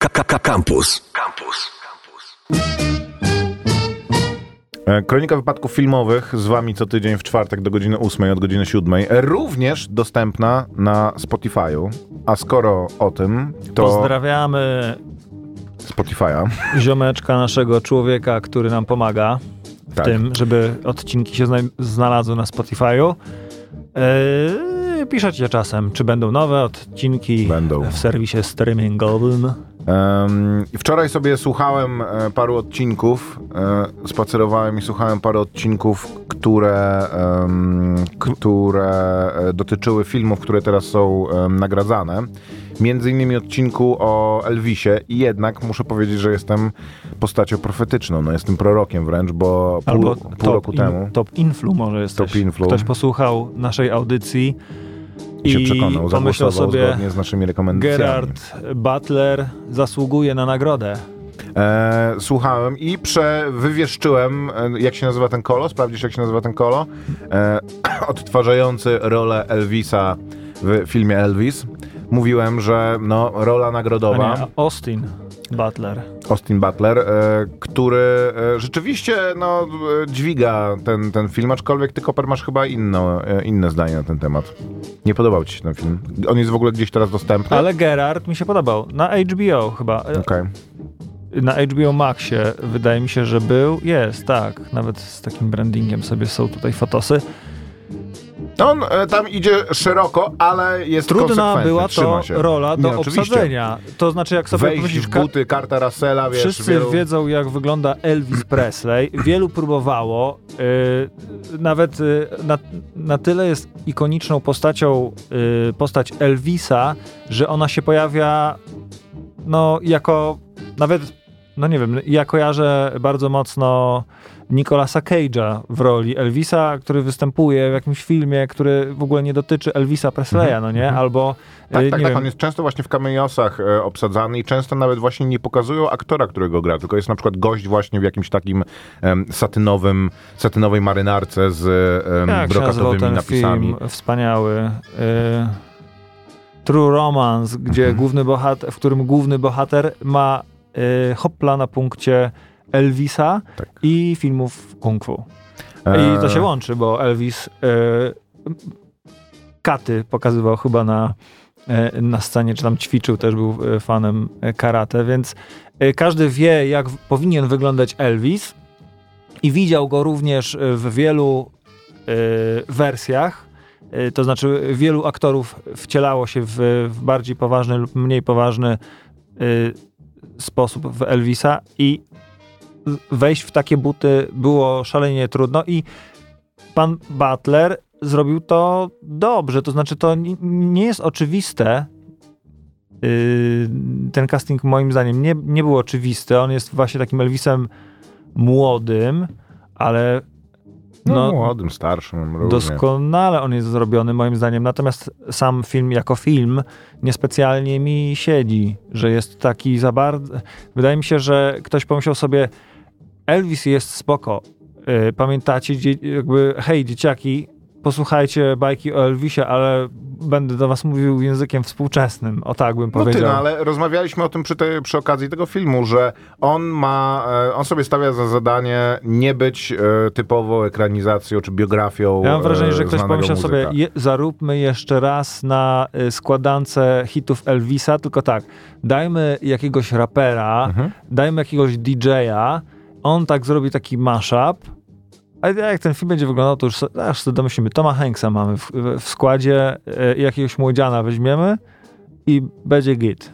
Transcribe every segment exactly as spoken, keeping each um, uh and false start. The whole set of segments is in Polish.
Campus. Campus. Kronika wypadków filmowych z wami co tydzień w czwartek do godziny ósmej, od godziny siódmej. Również dostępna na Spotify'u. A skoro o tym, to... Pozdrawiamy Spotify'a. Ziomeczka, naszego człowieka, który nam pomaga w Tak. tym, żeby odcinki się zna- znalazły na Spotify'u. Yy, piszecie czasem, czy będą nowe odcinki Będą. w serwisie streamingowym. Um, wczoraj sobie słuchałem e, paru odcinków, e, spacerowałem i słuchałem paru odcinków, które, em, które e, dotyczyły filmów, które teraz są e, nagradzane. Między innymi odcinku o Elvisie i jednak muszę powiedzieć, że jestem postacią profetyczną. No, jestem prorokiem wręcz, bo pół, Albo pół top roku in, temu... Top influ może jesteś. Top influ. Ktoś posłuchał naszej audycji I się i przekonał, pomyślał zagłosował sobie, zgodnie z naszymi rekomendacjami. Gerard Butler zasługuje na nagrodę. E, słuchałem i prze, wywieszczyłem, e, jak się nazywa ten kolo? Sprawdzisz, jak się nazywa ten kolo? E, odtwarzający rolę Elvisa w filmie Elvis. Mówiłem, że no, rola nagrodowa. A nie, Austin Butler. Austin Butler, e, który e, rzeczywiście no, e, dźwiga ten, ten film, aczkolwiek ty, Koper, masz chyba inno, e, inne zdanie na ten temat. Nie podobał ci się ten film? On jest w ogóle gdzieś teraz dostępny? Ale Gerard mi się podobał. Na H B O chyba. Okej. Na H B O Maxie wydaje mi się, że był. Jest, tak. Nawet z takim brandingiem sobie są tutaj fotosy. On e, tam idzie szeroko, ale jest Trudna konsekwentny, była trzyma to się. rola do Nie, oczywiście. obsadzenia. To znaczy, jak sobie Wejść pomyślisz, w ka- buty, karta Russella, wiesz, wszyscy wielu... wiedzą, jak wygląda Elvis Presley. Wielu próbowało. Yy, nawet yy, na, na tyle jest ikoniczną postacią yy, postać Elvisa, że ona się pojawia no jako nawet, no nie wiem, ja kojarzę bardzo mocno Nicolasa Cage'a w roli Elvisa, który występuje w jakimś filmie, który w ogóle nie dotyczy Elvisa Presleya, Mhm, no nie? mhm. Albo Tak, yy, tak, nie tak, wiem, on jest często właśnie w cameosach e, obsadzany i często nawet właśnie nie pokazują aktora, którego gra, tylko jest na przykład gość właśnie w jakimś takim em, satynowym, satynowej marynarce z em, jak się nazywał brokatowymi ten napisami. film wspaniały? Yy, True Romance, gdzie Mhm. główny bohater, w którym główny bohater ma yy, hopla na punkcie Elvisa Tak. i filmów kung fu. E, I to się łączy, bo Elvis yy, katy pokazywał chyba na, yy, na scenie, czy tam ćwiczył, też był yy, fanem yy, karate, więc yy, każdy wie, jak w, powinien wyglądać Elvis i widział go również yy, w wielu yy, wersjach. Yy, to znaczy wielu aktorów wcielało się w, w bardziej poważny lub mniej poważny yy, sposób w Elvisa i wejść w takie buty było szalenie trudno i pan Butler zrobił to dobrze, to znaczy to nie, nie jest oczywiste. Yy, ten casting moim zdaniem nie, nie był oczywisty, on jest właśnie takim Elvisem młodym, ale no, no, młodym, starszym, różnie. doskonale on jest zrobiony moim zdaniem, natomiast sam film jako film niespecjalnie mi siedzi, że jest taki za bardzo... Wydaje mi się, że ktoś pomyślał sobie, Elvis jest spoko, yy, pamiętacie, dzie- jakby hej dzieciaki, posłuchajcie bajki o Elvisie, ale będę do was mówił językiem współczesnym, o tak bym No powiedział. ty, no, ale rozmawialiśmy o tym przy, tej, przy okazji tego filmu, że on ma, e, on sobie stawia za zadanie nie być e, typową ekranizacją czy biografią Ja mam wrażenie, że e, ktoś znanego pomyślał sobie, muzyka. je, zaróbmy jeszcze raz na y, składance hitów Elvisa, tylko tak, dajmy jakiegoś rapera, Mhm. dajmy jakiegoś D J-a, on tak zrobi taki mashup, a jak ten film będzie wyglądał, to już so, aż sobie domyślimy, Toma Hanksa mamy w, w, w składzie, y, jakiegoś młodziana weźmiemy i będzie git.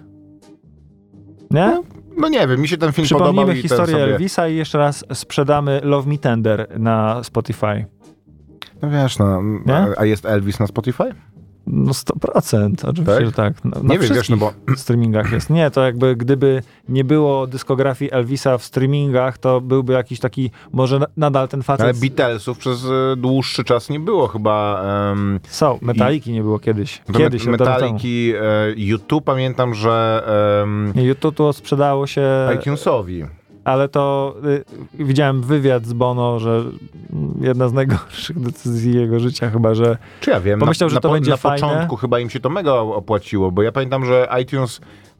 Nie? No nie wiem, mi się ten film podobał Przypomnijmy i ten historię sobie... Elvisa i jeszcze raz sprzedamy Love Me Tender na Spotify. No wiesz, no, Nie? a, a jest Elvis na Spotify? No sto procent, oczywiście, Tak? że tak. No, Nie na wiem, wiesz, wszystkich no streamingach jest. Nie, to jakby gdyby nie było dyskografii Elvisa w streamingach, to byłby jakiś taki, może na, nadal ten facet... Ale Beatlesów przez e, dłuższy czas nie było chyba. Um, Są, Metaliki nie było kiedyś. Kiedyś, me- od dawna temu. Metaliki, e, YouTube, pamiętam, że um, Nie, YouTube to sprzedało się, iTunesowi. ale to y, widziałem wywiad z Bono, że jedna z najgorszych decyzji jego życia chyba, że Czy ja wiem, pomyślał, na, że na, to po, będzie na fajne. początku chyba im się to mega opłaciło, bo ja pamiętam, że iTunes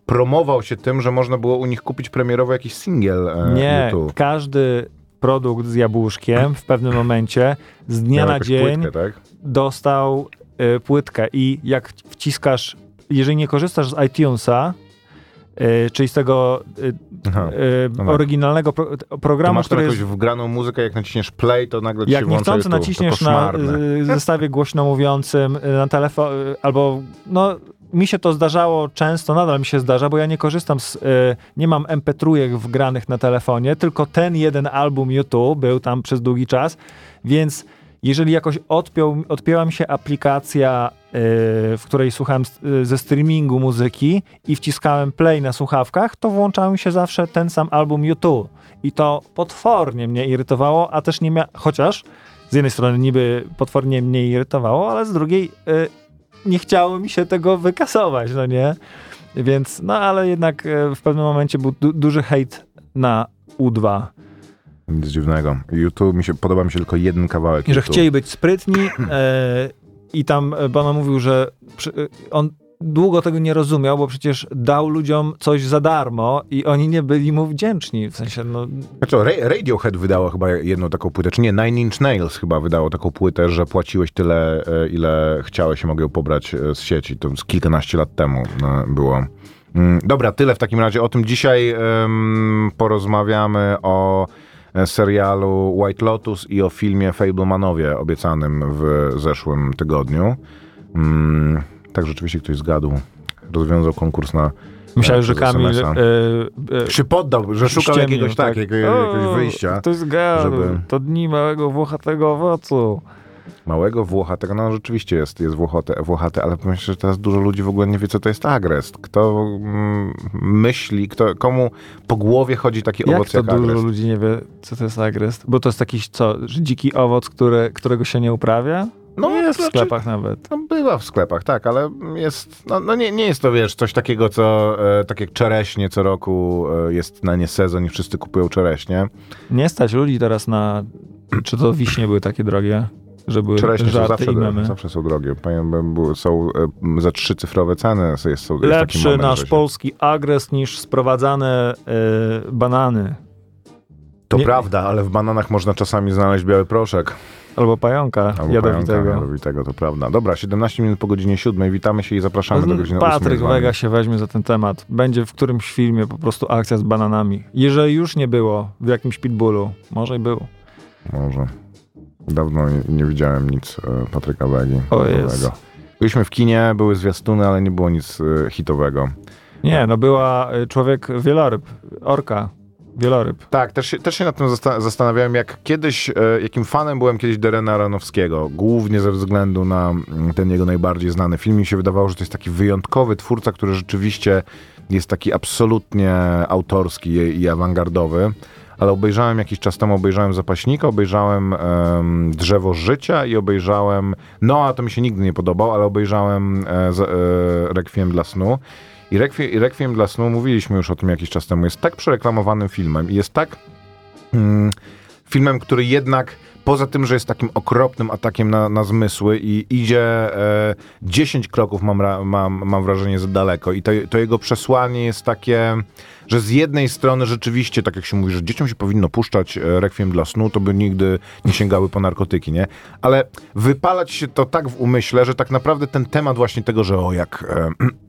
promował się tym, że można było u nich kupić premierowo jakiś singiel e, Nie, YouTube. każdy produkt z jabłuszkiem w pewnym momencie z dnia Miał na jakąś dzień płytkę, tak? dostał y, płytkę i jak wciskasz, jeżeli nie korzystasz z iTunesa, y, czyli z tego y, Aha, y, no tak. oryginalnego pro, To programu, masz tam który jakąś jest, wgraną muzykę, jak naciśniesz play, to nagle ci się jak włącza niechcący YouTube. naciśniesz to na koszmarne. y, zestawie głośno mówiącym y, na telefon, y, albo no mi się to zdarzało często, nadal mi się zdarza, bo ja nie korzystam z, y, nie mam em pe trzy wgranych na telefonie, tylko ten jeden album YouTube był tam przez długi czas, więc jeżeli jakoś odpiął, odpięła mi się aplikacja, y, w której słuchałem y, ze streamingu muzyki i wciskałem play na słuchawkach, to włączał mi się zawsze ten sam album YouTube. I to potwornie mnie irytowało, a też nie miał, chociaż z jednej strony niby potwornie mnie irytowało, ale z drugiej y, nie chciało mi się tego wykasować, no nie? Więc, no ale jednak y, w pewnym momencie był du- duży hejt na U dwa. Nic dziwnego. YouTube mi się, podoba mi się tylko jeden kawałek. Że YouTube. chcieli być sprytni e, i tam Bono mówił, że przy, on długo tego nie rozumiał, bo przecież dał ludziom coś za darmo i oni nie byli mu wdzięczni. W sensie, no... Znaczy, Ra- Radiohead wydało chyba jedną taką płytę, czy nie, Nine Inch Nails chyba wydało taką płytę, że płaciłeś tyle, e, ile chciałeś i mogę ją pobrać e, z sieci. To z kilkanaście lat temu e, było. Mm, dobra, tyle w takim razie o tym. Dzisiaj em, porozmawiamy o serialu White Lotus i o filmie Fablemanowie obiecanym w zeszłym tygodniu. Mm, tak, rzeczywiście ktoś zgadł. Rozwiązał konkurs na Myślałem, że przez Kamil... es em es a. E, e, Się poddał, że szukał ściemnił, jakiegoś, tak, jak, jakiegoś wyjścia. To jest gadu, żeby- to dni małego włochatego owocu. Małego włochatego, no rzeczywiście jest, jest włochate, włochate, ale myślę, że teraz dużo ludzi w ogóle nie wie, co to jest agrest. Kto mm, myśli, kto, komu po głowie chodzi taki Jak owoc to jak dużo agrest? ludzi nie wie, co to jest agrest? Bo to jest jakiś, co, że dziki owoc, który, którego się nie uprawia? No, No jest to w znaczy- sklepach nawet. No, bywa w sklepach, tak, ale jest, no, no nie, nie jest to, wiesz, coś takiego, co, e, tak jak czereśnie co roku e, jest na nie sezon i wszyscy kupują czereśnie. Nie stać ludzi teraz na... Czy to wiśnie były takie drogie? Że były Czereśnie są żarty zawsze, i memy. zawsze są drogie. Pamiętam, były- są e, za trzycyfrowe ceny. Jest, jest, jest taki Lepszy moment, nasz że się- polski agrest niż sprowadzane y, banany. To nie- prawda, ale w bananach można czasami znaleźć biały proszek. Albo pająka Albo pająka jadowitego. jadowitego, to prawda. Dobra, siedemnaście minut po godzinie siódmej. Witamy się i zapraszamy do godziny ósmej Patryk z wami. Wega się weźmie za ten temat. Będzie w którymś filmie po prostu akcja z bananami. Jeżeli już nie było w jakimś Pitbullu, może i było. Może. Dawno nie, nie widziałem nic e, Patryka Wegi. O jest. nowego. Byliśmy w kinie, były zwiastuny, ale nie było nic e, hitowego. Nie, no była y, Człowiek Wieloryb, Orka, Wieloryb. Tak, też się, też się nad tym zasta- zastanawiałem, jak kiedyś, e, jakim fanem byłem kiedyś Darrena Aronofskiego, głównie ze względu na mm, ten jego najbardziej znany film. Mi się wydawało, że to jest taki wyjątkowy twórca, który rzeczywiście jest taki absolutnie autorski i, i awangardowy. Ale obejrzałem jakiś czas temu, obejrzałem Zapaśnika, obejrzałem em, Drzewo Życia i obejrzałem, no a to mi się nigdy nie podobał, ale obejrzałem e, z, e, Requiem dla snu. I Requiem, i Requiem dla snu, mówiliśmy już o tym jakiś czas temu, jest tak przereklamowanym filmem i jest tak mm, filmem, który jednak poza tym, że jest takim okropnym atakiem na, na zmysły i idzie e, dziesięć kroków, mam, ra, mam, mam wrażenie, za daleko. I to, to jego przesłanie jest takie, że z jednej strony rzeczywiście, tak jak się mówi, że dzieciom się powinno puszczać e, Requiem dla snu, to by nigdy nie sięgały po narkotyki, nie? Ale wypalać się to tak w umyśle, że tak naprawdę ten temat właśnie tego, że o jak... E,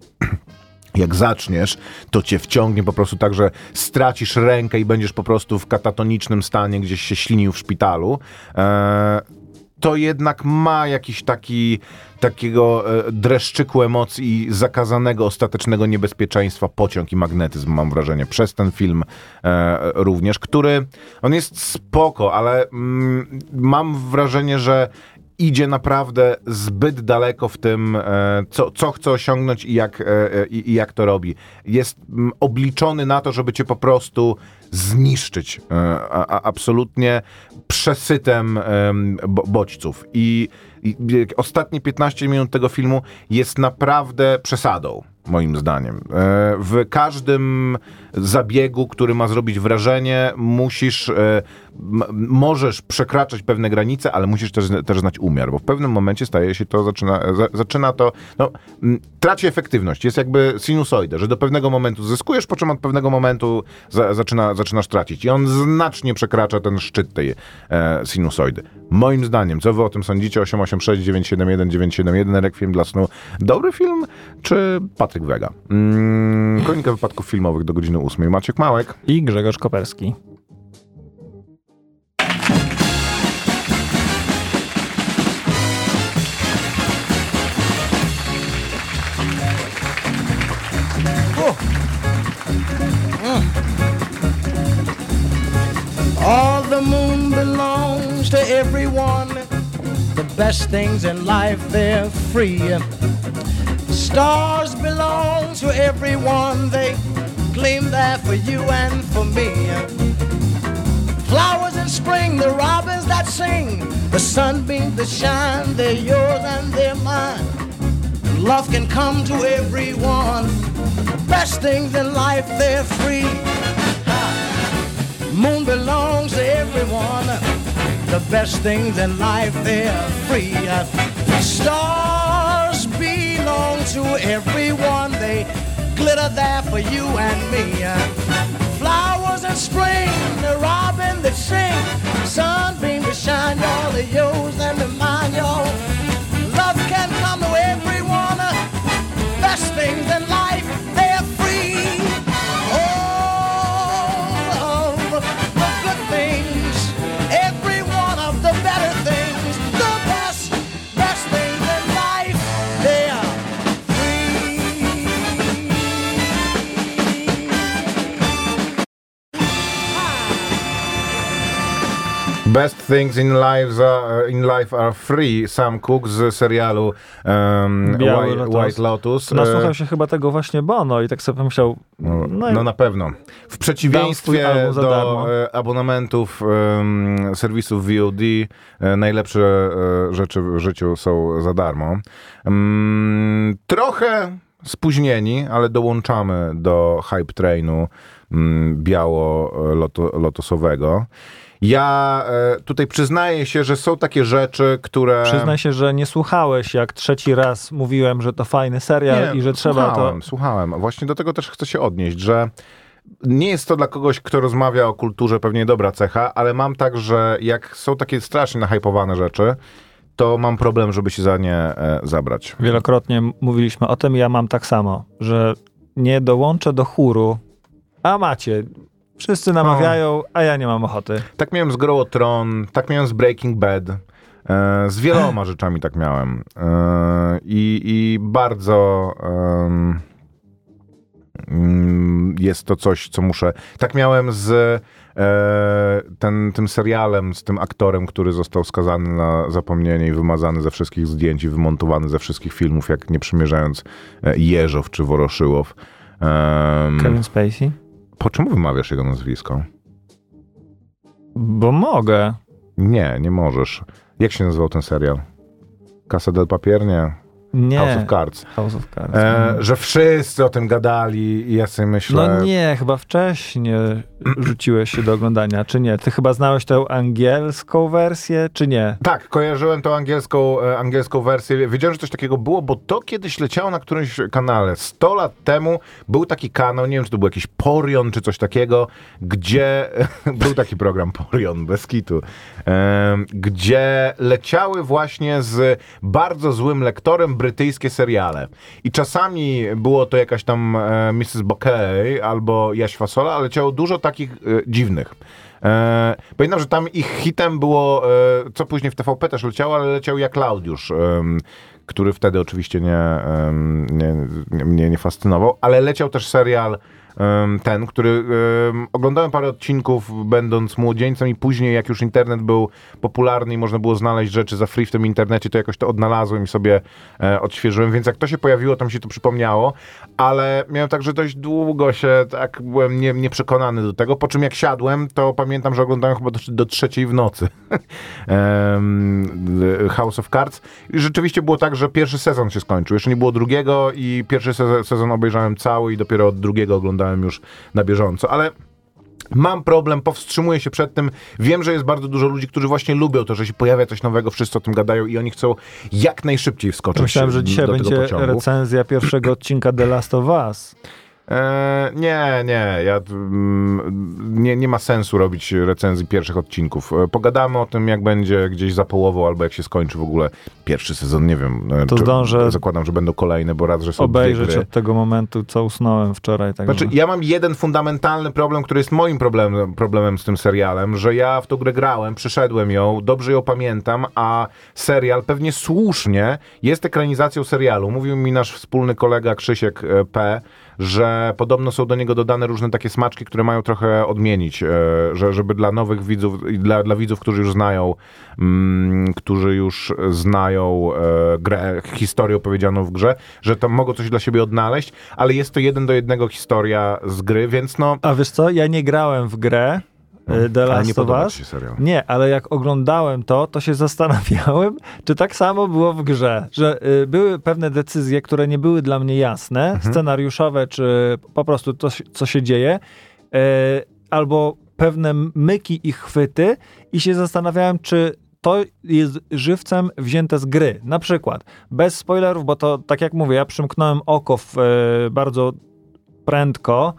jak zaczniesz, to cię wciągnie po prostu tak, że stracisz rękę i będziesz po prostu w katatonicznym stanie, gdzieś się ślinił w szpitalu, e, to jednak ma jakiś taki takiego e, dreszczyku emocji i zakazanego, ostatecznego niebezpieczeństwa pociąg i magnetyzm, mam wrażenie, przez ten film e, również, który, on jest spoko, ale mm, mam wrażenie, że idzie naprawdę zbyt daleko w tym, e, co, co chce osiągnąć i jak, e, i, i jak to robi. Jest mm, obliczony na to, żeby cię po prostu zniszczyć e, a, a, absolutnie przesytem e, bo, bodźców. I, i ostatnie piętnaście minut tego filmu jest naprawdę przesadą. moim zdaniem. W każdym zabiegu, który ma zrobić wrażenie, musisz, m- możesz przekraczać pewne granice, ale musisz też, też znać umiar, bo w pewnym momencie staje się to, zaczyna, za, zaczyna to, no, m, traci efektywność. Jest jakby sinusoida, że do pewnego momentu zyskujesz, po czym od pewnego momentu za, zaczyna, zaczynasz tracić. I on znacznie przekracza ten szczyt tej e, sinusoidy. Moim zdaniem, co wy o tym sądzicie? osiem osiem sześć dziewięć siedem jeden dziewięć siedem jeden, Rekwiem dla snu. Dobry film, czy Patryk Wega? Mm, Kronika wypadków filmowych do godziny ósmej. Maciek Małek i Grzegorz Koperski. All the moon belongs to everyone. The best things in life, they're free. Stars belong to everyone. They gleam there for you and for me. Flowers in spring, the robins that sing, the sunbeams that shine, they're yours and they're mine. Love can come to everyone. The best things in life, they're free. Moon belongs to everyone. The best things in life, they're free. Stars belong to everyone. They glitter there for you and me. Flowers in spring, the robin that sing, sunbeam that shine, y'all are yours and they're mine, y'all. Love can come to everyone. Best things in life, they're free. Best Things in Life, are, in life are Free, Sam Cooke z serialu um, White, Lotus. White Lotus. Nasłuchał się chyba tego właśnie Bono i tak sobie pomyślał... No, no, no na pewno. W przeciwieństwie do e, abonamentów e, serwisów V O D, e, najlepsze e, rzeczy w życiu są za darmo. Mm, trochę spóźnieni, ale dołączamy do hype trainu mm, biało-lotosowego. Ja e, tutaj przyznaję się, że są takie rzeczy, które... Przyznaj się, że nie słuchałeś, jak trzeci raz mówiłem, że to fajny serial nie, i że trzeba słuchałem, to... Słuchałem, Właśnie do tego też chcę się odnieść, że nie jest to dla kogoś, kto rozmawia o kulturze, pewnie dobra cecha, ale mam tak, że jak są takie strasznie nahypowane rzeczy, to mam problem, żeby się za nie e, zabrać. Wielokrotnie mówiliśmy o tym, ja mam tak samo, że nie dołączę do chóru, a macie... Wszyscy namawiają, a ja nie mam ochoty. Tak miałem z Grą o Tron, tak miałem z Breaking Bad, e, z wieloma rzeczami tak miałem. E, i, I bardzo e, jest to coś, co muszę... Tak miałem z e, ten, tym serialem, z tym aktorem, który został skazany na zapomnienie i wymazany ze wszystkich zdjęć i wymontowany ze wszystkich filmów, jak nie przymierzając e, Jeżow czy Woroszyłow. E, Kevin Spacey? Po czym wymawiasz jego nazwisko? Bo mogę. Nie, nie możesz. Jak się nazywał ten serial? Casa del Papier? Nie. Nie. House of Cards. House of Cards. E, że wszyscy o tym gadali i ja sobie myślę... No nie, chyba wcześniej rzuciłeś się do oglądania, czy nie? Ty chyba znałeś tę angielską wersję, czy nie? Tak, kojarzyłem tą angielską, e, angielską wersję. Wiedziałem, że coś takiego było, bo to kiedyś leciało na którymś kanale. Sto lat temu był taki kanał, nie wiem, czy to był jakiś Porion, czy coś takiego, gdzie... był taki program Porion, bez kitu. E, gdzie leciały właśnie z bardzo złym lektorem brytyjskie seriale. I czasami było to jakaś tam e, missus Bokeh albo Jaś Fasola, ale leciało dużo takich e, dziwnych. E, pamiętam, że tam ich hitem było, e, co później w T V P też leciało, ale leciał Jak Klaudiusz, e, który wtedy oczywiście nie, e, nie, nie, mnie nie fascynował, ale leciał też serial ten, który um, oglądałem parę odcinków będąc młodzieńcem i później jak już internet był popularny i można było znaleźć rzeczy za free w tym internecie, to jakoś to odnalazłem i sobie e, odświeżyłem, więc jak to się pojawiło, to mi się to przypomniało, ale miałem tak, że dość długo się tak byłem nie, nieprzekonany do tego, po czym jak siadłem, to pamiętam, że oglądałem chyba do, do trzeciej w nocy um, House of Cards i rzeczywiście było tak, tak, że pierwszy sezon się skończył. Jeszcze nie było drugiego i pierwszy sezon, sezon obejrzałem cały i dopiero od drugiego oglądałem już na bieżąco. Ale mam problem, powstrzymuję się przed tym. Wiem, że jest bardzo dużo ludzi, którzy właśnie lubią to, że się pojawia coś nowego, wszyscy o tym gadają i oni chcą jak najszybciej wskoczyć Myślałem, że dzisiaj do tego będzie pociągu. recenzja pierwszego odcinka The Last of Us. Eee, nie, nie, ja, mm, nie, nie ma sensu robić recenzji pierwszych odcinków. E, pogadamy o tym, jak będzie gdzieś za połową, albo jak się skończy w ogóle pierwszy sezon, nie wiem. To czy, zdążę zakładam, że będą kolejne, bo raz, że są obejrzeć dwie gry. od tego momentu, co usnąłem wczoraj. Tak Znaczy, ja mam jeden fundamentalny problem, który jest moim problemem, problemem z tym serialem, że ja w tą grę grałem, przyszedłem ją, dobrze ją pamiętam, a serial pewnie słusznie jest ekranizacją serialu. Mówił mi nasz wspólny kolega Krzysiek P., że podobno są do niego dodane różne takie smaczki, które mają trochę odmienić, e, że, żeby dla nowych widzów, i dla, dla widzów, którzy już znają, mm, którzy już znają e, grę, historię opowiedzianą w grze, że to mogą coś dla siebie odnaleźć, ale jest to jeden do jednego historia z gry, więc no... A wiesz co, ja nie grałem w grę No, The ale Last nie of podoba Us. ci się serial. Nie, ale jak oglądałem to, to się zastanawiałem, czy tak samo było w grze, że y, były pewne decyzje, które nie były dla mnie jasne, Mhm. scenariuszowe, czy po prostu to, co się dzieje, y, albo pewne myki i chwyty i się zastanawiałem, czy to jest żywcem wzięte z gry. Na przykład, bez spoilerów, bo to, tak jak mówię, ja przymknąłem oko w, y, bardzo prędko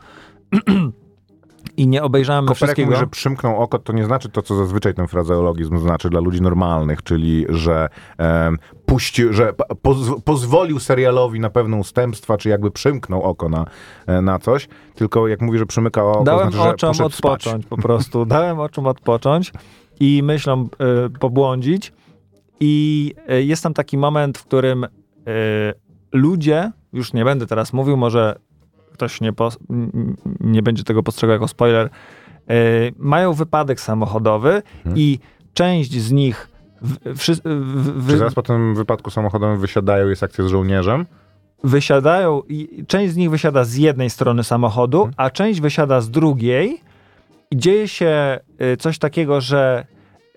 i nie obejrzałem Koperek wszystkiego. mówi, że przymknął oko, to nie znaczy to, co zazwyczaj ten frazeologizm znaczy dla ludzi normalnych, czyli że em, puścił, że poz, pozwolił serialowi na pewne ustępstwa, czy jakby przymknął oko na, na coś, tylko jak mówi, że przymyka oko, Dałem znaczy, że oczom poszedł odpocząć spać. po prostu. Dałem oczom odpocząć i myślom y, pobłądzić i y, jest tam taki moment, w którym y, ludzie, już nie będę teraz mówił, może ktoś nie, pos- nie będzie tego postrzegał jako spoiler, yy, mają wypadek samochodowy Hmm. i część z nich w, wszy- w, Czy wy- zaraz po tym wypadku samochodowym wysiadają, jest akcja z żołnierzem? wysiadają, i część z nich wysiada z jednej strony samochodu, Hmm. a część wysiada z drugiej i dzieje się yy, coś takiego, że yy,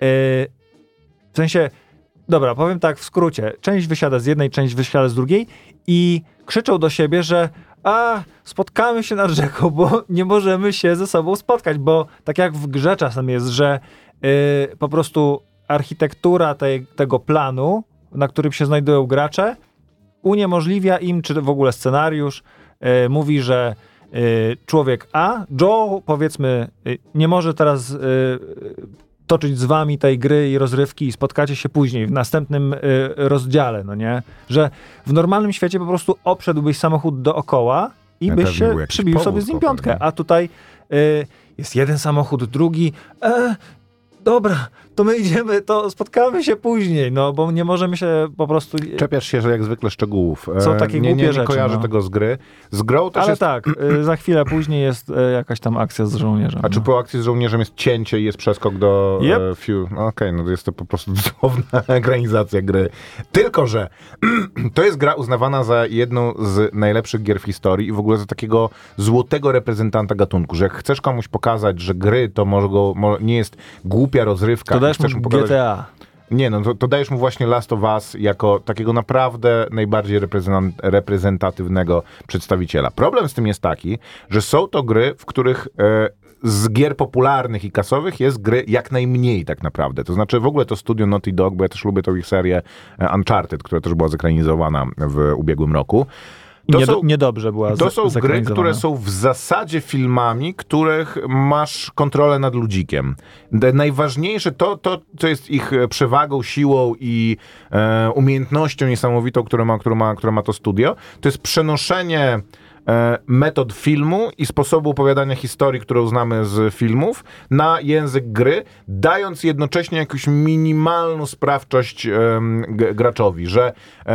w sensie, dobra, powiem tak w skrócie, część wysiada z jednej, część wysiada z drugiej i krzyczą do siebie, że a, spotkamy się nad rzeką, bo nie możemy się ze sobą spotkać, bo tak jak w grze czasem jest, że yy, po prostu architektura tej, tego planu, na którym się znajdują gracze, uniemożliwia im, czy w ogóle scenariusz yy, mówi, że yy, człowiek A, Joe, powiedzmy, yy, nie może teraz yy, toczyć z wami tej gry i rozrywki i spotkacie się później w następnym y, rozdziale, no nie? Że w normalnym świecie po prostu obszedłbyś samochód dookoła i Ja byś pewnie się był jakiś przybił powód sobie z nim potem, piątkę, nie? a tutaj y, jest jeden samochód, drugi, e, dobra, to my idziemy, to spotkamy się później, no bo nie możemy się po prostu... Czepiasz się, że jak zwykle szczegółów. Są E, takie nie, głupie nie, nie rzeczy, kojarzę no. tego z gry. Z grą też Ale jest... tak, y, za chwilę później jest y, jakaś tam akcja z żołnierzem. A czy no. po akcji z żołnierzem jest cięcie i jest przeskok do Yep. e, Few? No okej, no to jest to po prostu dosłowna ekranizacja gry. Tylko że to jest gra uznawana za jedną z najlepszych gier w historii i w ogóle za takiego złotego reprezentanta gatunku, że jak chcesz komuś pokazać, że gry to może go, mo, nie jest głupia rozrywka. To dajesz chcesz mu pokazać, G T A. Nie, no to, to dajesz mu właśnie Last of Us jako takiego naprawdę najbardziej reprezentan- reprezentatywnego przedstawiciela. Problem z tym jest taki, że są to gry, w których e, z gier popularnych i kasowych jest gry jak najmniej tak naprawdę. To znaczy w ogóle to studio Naughty Dog, bo ja też lubię tą ich serię e, Uncharted, która też była zekranizowana w ubiegłym roku. To Nie, są, niedobrze była to są gry, zekranizowana. które są w zasadzie filmami, których masz kontrolę nad ludzikiem. De- Najważniejsze to, to, co jest ich e, przewagą, siłą i e, umiejętnością niesamowitą, którą ma, którą, ma, którą ma to studio, to jest przenoszenie e, metod filmu i sposobu opowiadania historii, którą znamy z filmów, na język gry, dając jednocześnie jakąś minimalną sprawczość e, g- graczowi, że e,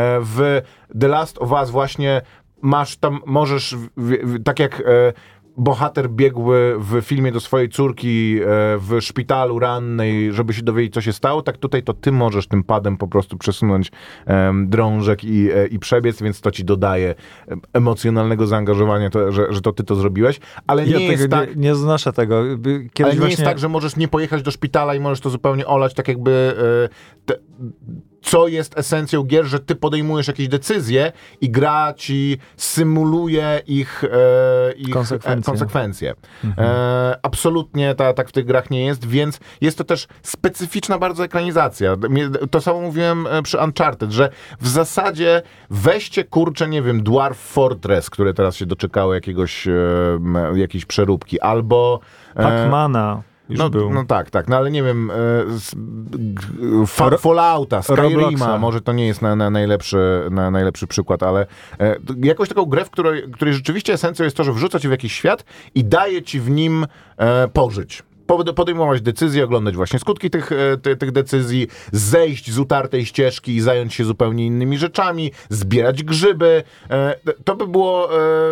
w The Last of Us właśnie masz tam, możesz, w, w, tak jak e, bohater biegł w filmie do swojej córki e, w szpitalu rannej, żeby się dowiedzieć, co się stało, tak tutaj to ty możesz tym padem po prostu przesunąć e, drążek i, e, i przebiec, więc to ci dodaje emocjonalnego zaangażowania, to, że, że to ty to zrobiłeś, ale Ja nie tego jest tak... nie, nie znoszę tego. By- Kiedyś Ale nie właśnie... jest tak, że możesz nie pojechać do szpitala i możesz to zupełnie olać, tak jakby e, te, co jest esencją gier, że ty podejmujesz jakieś decyzje i gra ci symuluje ich, e, ich konsekwencje. E, konsekwencje. Mhm. E, absolutnie ta, tak w tych grach nie jest, więc jest to też specyficzna bardzo ekranizacja. To samo mówiłem przy Uncharted, że w zasadzie weźcie, kurczę, nie wiem, Dwarf Fortress, które teraz się doczekało jakiegoś, e, jakiejś przeróbki, albo... E, Pac-Mana. No, no tak, tak, no ale nie wiem, e, z, g, fa, Fallouta, Skyrima, może to nie jest na, na najlepszy, na najlepszy przykład, ale e, jakąś taką grę, w której, której rzeczywiście esencją jest to, że wrzuca cię w jakiś świat i daje ci w nim e, pożyć. Podejmować decyzje, oglądać właśnie skutki tych, ty, tych decyzji, zejść z utartej ścieżki i zająć się zupełnie innymi rzeczami, zbierać grzyby. To by było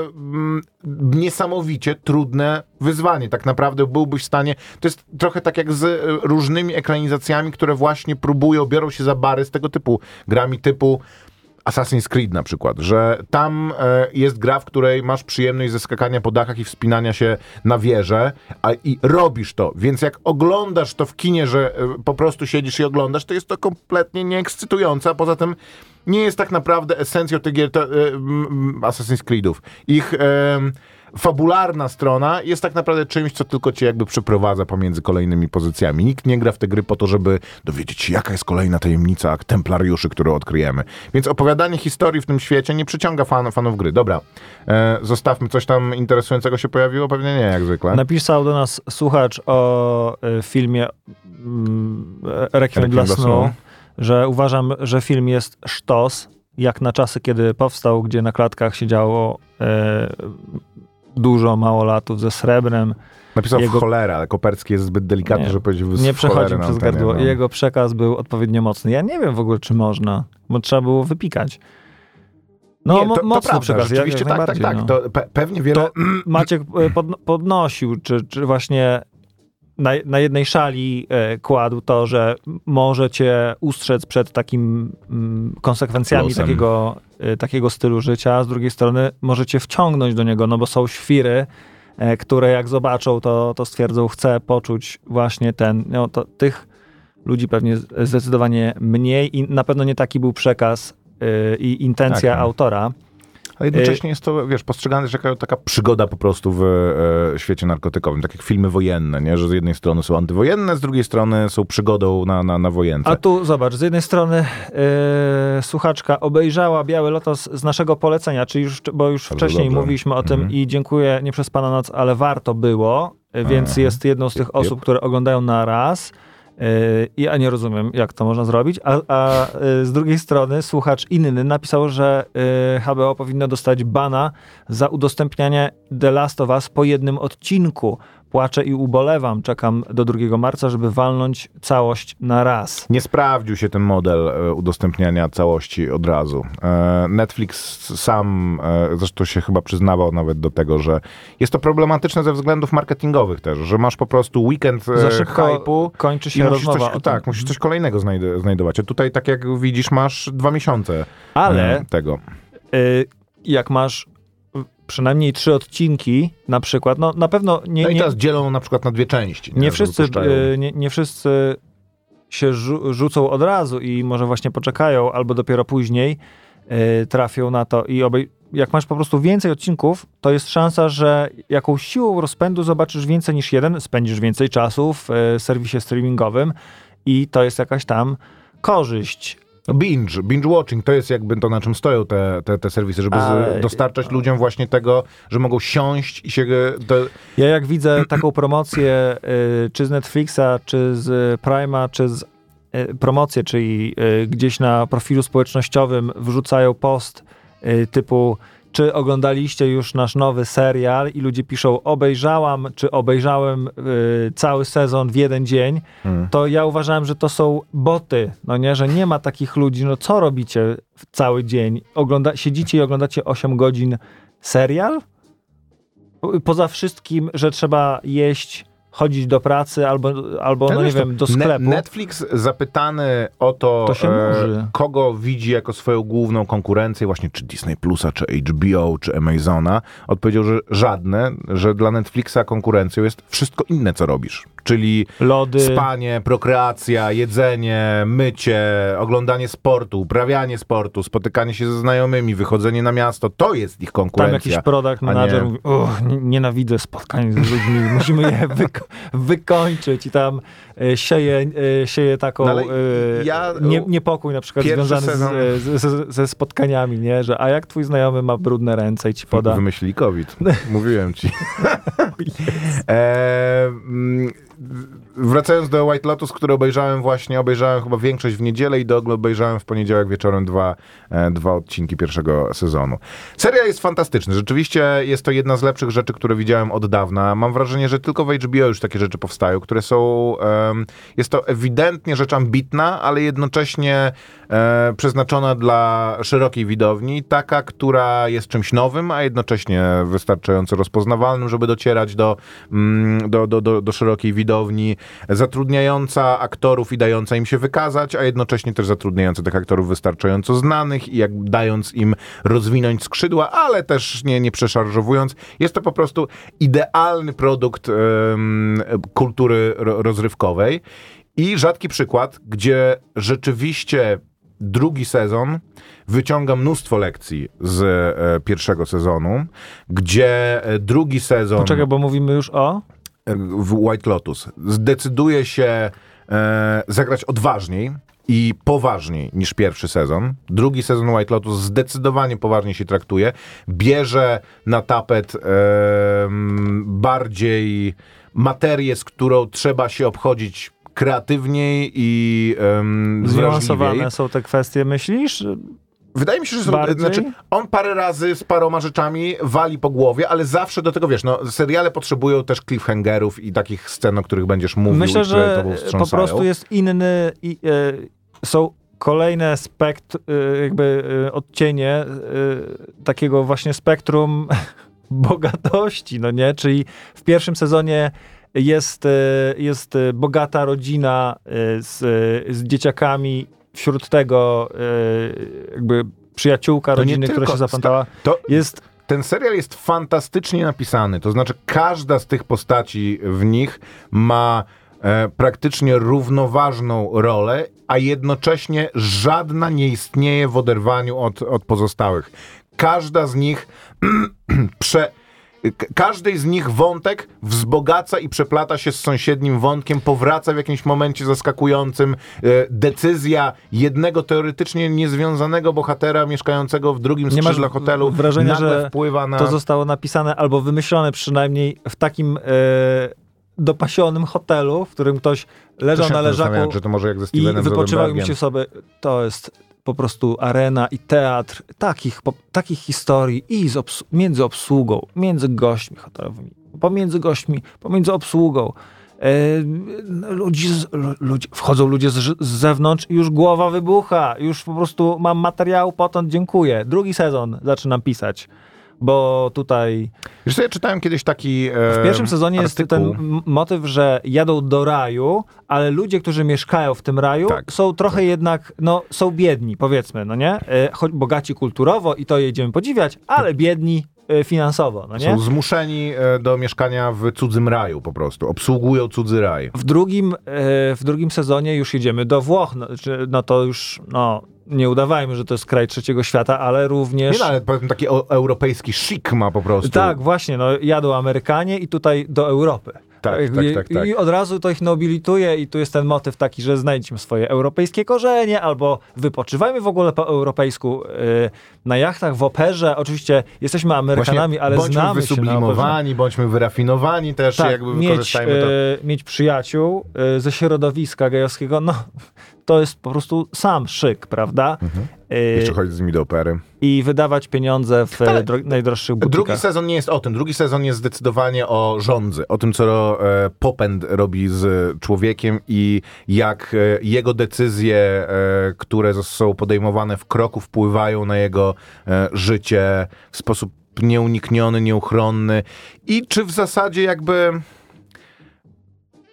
niesamowicie trudne wyzwanie. Tak naprawdę byłbyś w stanie... To jest trochę tak jak z różnymi ekranizacjami, które właśnie próbują, biorą się za bary z tego typu grami typu Assassin's Creed na przykład, że tam e, jest gra, w której masz przyjemność ze skakania po dachach i wspinania się na wieżę, a i robisz to, więc jak oglądasz to w kinie, że e, po prostu siedzisz i oglądasz, to jest to kompletnie nieekscytujące, a poza tym nie jest tak naprawdę esencją tych gier, to, e, m, Assassin's Creedów. Ich e, fabularna strona jest tak naprawdę czymś, co tylko cię jakby przeprowadza pomiędzy kolejnymi pozycjami. Nikt nie gra w te gry po to, żeby dowiedzieć się, jaka jest kolejna tajemnica templariuszy, którą odkryjemy. Więc opowiadanie historii w tym świecie nie przyciąga fan, fanów gry. Dobra, e, zostawmy. Coś tam interesującego się pojawiło? Pewnie nie, jak zwykle. Napisał do nas słuchacz o y, filmie mm, Requiem dla snu, że uważam, że film jest sztos, jak na czasy, kiedy powstał, gdzie na klatkach siedziało y, dużo małolatów ze srebrem. Napisał Jego... w cholera, ale Koperski jest zbyt delikatny, nie, żeby powiedzieć w Nie przechodził przez antenie, gardło. no. Jego przekaz był odpowiednio mocny. Ja nie wiem w ogóle, czy można, bo trzeba było wypikać. No, nie, to, mo- to mocny prawda, przekaz. Rzeczywiście jak, jak tak, tak, tak. no. To pe- pewnie wiele... To Maciek pod, podnosił, czy, czy właśnie na, na jednej szali e, kładł to, że może cię ustrzec przed takim mm, konsekwencjami takiego, e, takiego stylu życia, a z drugiej strony może cię wciągnąć do niego, no bo są świry, e, które jak zobaczą, to, to stwierdzą, chcę poczuć właśnie ten, no to tych ludzi pewnie zdecydowanie mniej i na pewno nie taki był przekaz e, i intencja tak, autora. Ale jednocześnie jest to, wiesz, postrzegane, że jaka taka przygoda po prostu w e, świecie narkotykowym. Tak jak filmy wojenne, nie? Że z jednej strony są antywojenne, z drugiej strony są przygodą na, na, na wojence. A tu zobacz, z jednej strony yy, słuchaczka obejrzała Biały Lotos z naszego polecenia, czyli już, bo już Bardzo wcześniej dobrze. mówiliśmy o tym Mhm. i dziękuję nie przez Pana noc, ale warto było, więc Aha. jest jedną z tych osób, Yep. które oglądają na raz. I ja nie rozumiem, jak to można zrobić, a, a z drugiej strony słuchacz inny napisał, że H B O powinno dostać bana za udostępnianie The Last of Us po jednym odcinku. Płaczę i ubolewam, czekam do drugiego marca, żeby walnąć całość na raz. Nie sprawdził się ten model e, udostępniania całości od razu. E, Netflix sam e, zresztą się chyba przyznawał nawet do tego, że jest to problematyczne ze względów marketingowych też, że masz po prostu weekend e, Za szybko hype'u kończy i się musisz rozmowa coś, o tak, tym. musisz coś kolejnego znajd- znajdować. A tutaj, tak jak widzisz, masz dwa miesiące Ale e, tego. y, jak masz przynajmniej trzy odcinki na przykład, no na pewno nie... No i nie teraz dzielą na przykład na dwie części. Nie że wszyscy, wypuszczają. y, nie, nie wszyscy się rzu- rzucą od razu i może właśnie poczekają, albo dopiero później y, trafią na to i obej- jak masz po prostu więcej odcinków, to jest szansa, że jakąś siłą rozpędu zobaczysz więcej niż jeden, spędzisz więcej czasu w y, serwisie streamingowym i to jest jakaś tam korzyść. Binge, binge watching, to jest jakby to, na czym stoją te, te, te serwisy, żeby Ale- z, dostarczać ludziom właśnie tego, że mogą siąść i się... To, Ja jak widzę taką promocję y, czy z Netflixa, czy z Prime'a, czy z y, promocję, czyli y, gdzieś na profilu społecznościowym wrzucają post y, typu czy oglądaliście już nasz nowy serial i ludzie piszą obejrzałam, czy obejrzałem y, cały sezon w jeden dzień, Hmm. to ja uważałem, że to są boty, no nie, że nie ma takich ludzi, no co robicie w cały dzień? Ogląda, siedzicie i oglądacie osiem godzin serial? Poza wszystkim, że trzeba jeść chodzić do pracy albo, albo no, no nie wiem, do sklepu. Netflix zapytany o to, to się e, kogo widzi jako swoją główną konkurencję, właśnie czy Disney Plusa, czy H B O, czy Amazona, odpowiedział, że żadne, że dla Netflixa konkurencją jest wszystko inne, co robisz. Czyli lody, spanie, prokreacja, jedzenie, mycie, oglądanie sportu, uprawianie sportu, spotykanie się ze znajomymi, wychodzenie na miasto. To jest ich konkurencja. Tam jakiś product manager mówi, nienawidzę spotkań z ludźmi, musimy je wyko- wykończyć i tam e, sieje, e, sieje taką no, e, ja, nie, niepokój na przykład związany sezon... z, z, ze spotkaniami, nie? Że a jak twój znajomy ma brudne ręce i ci poda... Wymyślili COVID. Mówiłem ci. e, Wracając do White Lotus, który obejrzałem właśnie, obejrzałem chyba większość w niedzielę i do obejrzałem w poniedziałek wieczorem dwa, e, dwa odcinki pierwszego sezonu. Serial jest fantastyczny. Rzeczywiście jest to jedna z lepszych rzeczy, które widziałem od dawna. Mam wrażenie, że tylko w H B O już takie rzeczy powstają, które są... Um, jest to ewidentnie rzecz ambitna, ale jednocześnie e, przeznaczona dla szerokiej widowni. Taka, która jest czymś nowym, a jednocześnie wystarczająco rozpoznawalnym, żeby docierać do, mm, do, do, do, do szerokiej widowni. Zatrudniająca aktorów i dająca im się wykazać, a jednocześnie też zatrudniająca tych aktorów wystarczająco znanych i jak dając im rozwinąć skrzydła, ale też nie, nie przeszarżowując. Jest to po prostu idealny produkt um, kultury ro- rozrywkowej i rzadki przykład, gdzie rzeczywiście drugi sezon wyciąga mnóstwo lekcji z e, pierwszego sezonu, gdzie e, drugi sezon... Poczekaj, bo mówimy już o... w White Lotus zdecyduje się e, zagrać odważniej i poważniej niż pierwszy sezon. Drugi sezon White Lotus zdecydowanie poważniej się traktuje. Bierze na tapet e, bardziej materię, z którą trzeba się obchodzić kreatywniej i um, zniuansowane są te kwestie, myślisz? Wydaje mi się, że są, znaczy, on parę razy z paroma rzeczami wali po głowie, ale zawsze do tego, wiesz, no, seriale potrzebują też cliffhangerów i takich scen, o których będziesz mówił. Myślę, i które że tobą wstrząsają. Po prostu jest inny i e, są kolejne spekt, e, jakby e, odcienie e, takiego właśnie spektrum bogatości, no nie? Czyli w pierwszym sezonie jest, e, jest bogata rodzina e, z, z dzieciakami. Wśród tego e, jakby przyjaciółka to rodziny, która się zapamiętała, to jest... Ten serial jest fantastycznie napisany, to znaczy każda z tych postaci w nich ma e, praktycznie równoważną rolę, a jednocześnie żadna nie istnieje w oderwaniu od, od pozostałych. Każda z nich prze... Każdy z nich wątek wzbogaca i przeplata się z sąsiednim wątkiem, powraca w jakimś momencie zaskakującym. Decyzja jednego teoretycznie niezwiązanego bohatera mieszkającego w drugim skrzydle hotelu wrażenia, nagle że wpływa na... to zostało napisane albo wymyślone przynajmniej w takim e, dopasionym hotelu, w którym ktoś leżał na leżaku że to może jak ze i wypoczywał mi się sobie. To jest po prostu arena i teatr takich, po, takich historii i z obs- między obsługą, między gośćmi hotelowymi, pomiędzy gośćmi, pomiędzy obsługą. E, ludzi z, ludzi, wchodzą ludzie z, z zewnątrz i już głowa wybucha. Już po prostu mam materiał, potąd dziękuję. Drugi sezon zaczynam pisać. Bo tutaj... Wiesz co, ja czytałem kiedyś taki e, W pierwszym sezonie artykuł. jest ten m- motyw, że jadą do raju, ale ludzie, którzy mieszkają w tym raju, tak, są trochę tak. jednak, no, są biedni, powiedzmy, no nie? E, choć bogaci kulturowo i to jedziemy podziwiać, ale biedni e, finansowo, no nie? Są zmuszeni e, do mieszkania w cudzym raju po prostu. Obsługują cudzy raj. W drugim, e, w drugim sezonie już jedziemy do Włoch, no, czy, no to już, no... Nie udawajmy, że to jest kraj trzeciego świata, ale również... Nie, no, ale powiedzmy taki o, europejski chic ma po prostu. Tak, właśnie, no jadą Amerykanie i tutaj do Europy. Tak, tak, tak, tak. I od razu to ich nobilituje i tu jest ten motyw taki, że znajdźmy swoje europejskie korzenie, albo wypoczywajmy w ogóle po europejsku yy, na jachtach, w operze. Oczywiście jesteśmy Amerykanami, Właśnie, ale bądźmy znamy się na wysublimowani, bądźmy wyrafinowani też, tak, jakby mieć, wykorzystajmy to. Yy, mieć przyjaciół yy, ze środowiska gejowskiego, no to jest po prostu sam szyk, prawda? Mhm. Yy, Jeszcze chodzić z nimi do opery. I wydawać pieniądze w Ale dro- najdroższych butikach. Drugi sezon nie jest o tym. Drugi sezon jest zdecydowanie o żądzy. O tym, co e, popęd robi z człowiekiem i jak e, jego decyzje, e, które są podejmowane w kroku, wpływają na jego e, życie w sposób nieunikniony, nieuchronny. I czy w zasadzie jakby...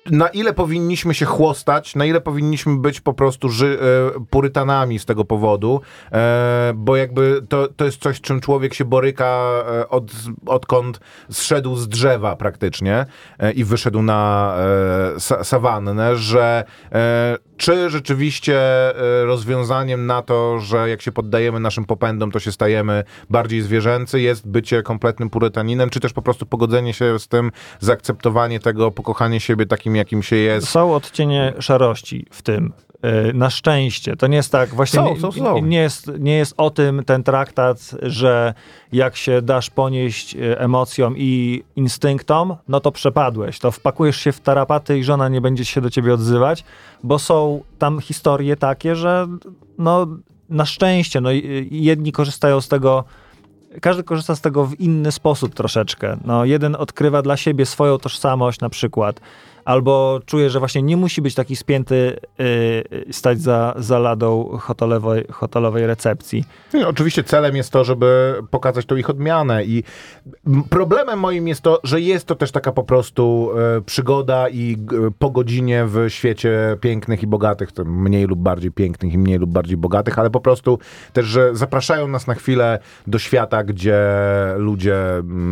na ile powinniśmy się chłostać, na ile powinniśmy być po prostu ży, e, purytanami z tego powodu, e, bo jakby to, to jest coś, czym człowiek się boryka e, od, odkąd zszedł z drzewa praktycznie e, i wyszedł na e, sa, sawannę, że e, czy rzeczywiście e, rozwiązaniem na to, że jak się poddajemy naszym popędom, to się stajemy bardziej zwierzęcy, jest bycie kompletnym purytaninem, czy też po prostu pogodzenie się z tym, zaakceptowanie tego, pokochanie siebie takim, jakim się jest. Są odcienie szarości w tym. Na szczęście. To nie jest tak, właśnie są, są, są. Nie, jest, nie jest o tym ten traktat, że jak się dasz ponieść emocjom i instynktom, no to przepadłeś. To wpakujesz się w tarapaty i żona nie będzie się do ciebie odzywać, bo są tam historie takie, że no na szczęście, no jedni korzystają z tego, każdy korzysta z tego w inny sposób troszeczkę. No jeden odkrywa dla siebie swoją tożsamość na przykład, albo czuje, że właśnie nie musi być taki spięty, yy, stać za, za ladą hotelowej, hotelowej recepcji. No, oczywiście celem jest to, żeby pokazać tą ich odmianę i problemem moim jest to, że jest to też taka po prostu e, przygoda i e, po godzinie w świecie pięknych i bogatych, to mniej lub bardziej pięknych i mniej lub bardziej bogatych, ale po prostu też, że zapraszają nas na chwilę do świata, gdzie ludzie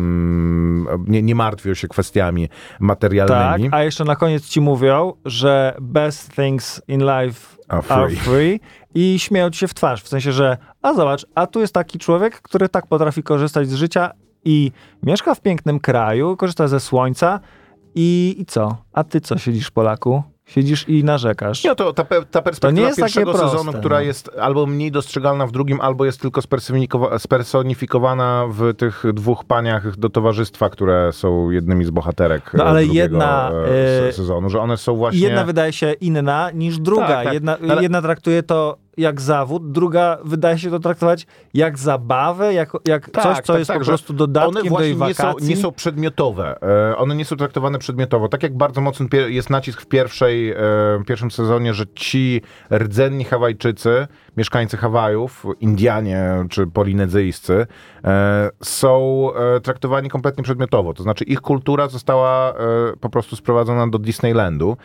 mm, nie, nie martwią się kwestiami materialnymi. Tak, a jeszcze na koniec ci mówią, że best things in life are free. Are free i śmieją ci się w twarz, w sensie, że a zobacz, a tu jest taki człowiek, który tak potrafi korzystać z życia i mieszka w pięknym kraju, korzysta ze słońca i, i co? A ty co siedzisz, Polaku? Siedzisz i narzekasz. No to ta, ta perspektywa pierwszego proste, sezonu, która no. jest albo mniej dostrzegalna w drugim, albo jest tylko spersonifikowana w tych dwóch paniach do towarzystwa, które są jednymi z bohaterek no, ale drugiego jedna, e, sezonu, że one są właśnie... Jedna wydaje się inna niż druga. Tak, tak, jedna, ale... jedna traktuje to jak zawód, druga wydaje się to traktować jak zabawę, jak, jak tak, coś, co tak, jest tak, po prostu dodatkiem one do jej właśnie nie wakacji. są, nie są przedmiotowe. E, one nie są traktowane przedmiotowo. Tak jak bardzo mocny jest nacisk w pierwszej, e, pierwszym sezonie, że ci rdzenni Hawajczycy, mieszkańcy Hawajów, Indianie czy polinezyjscy, e, są e, traktowani kompletnie przedmiotowo. To znaczy ich kultura została e, po prostu sprowadzona do Disneylandu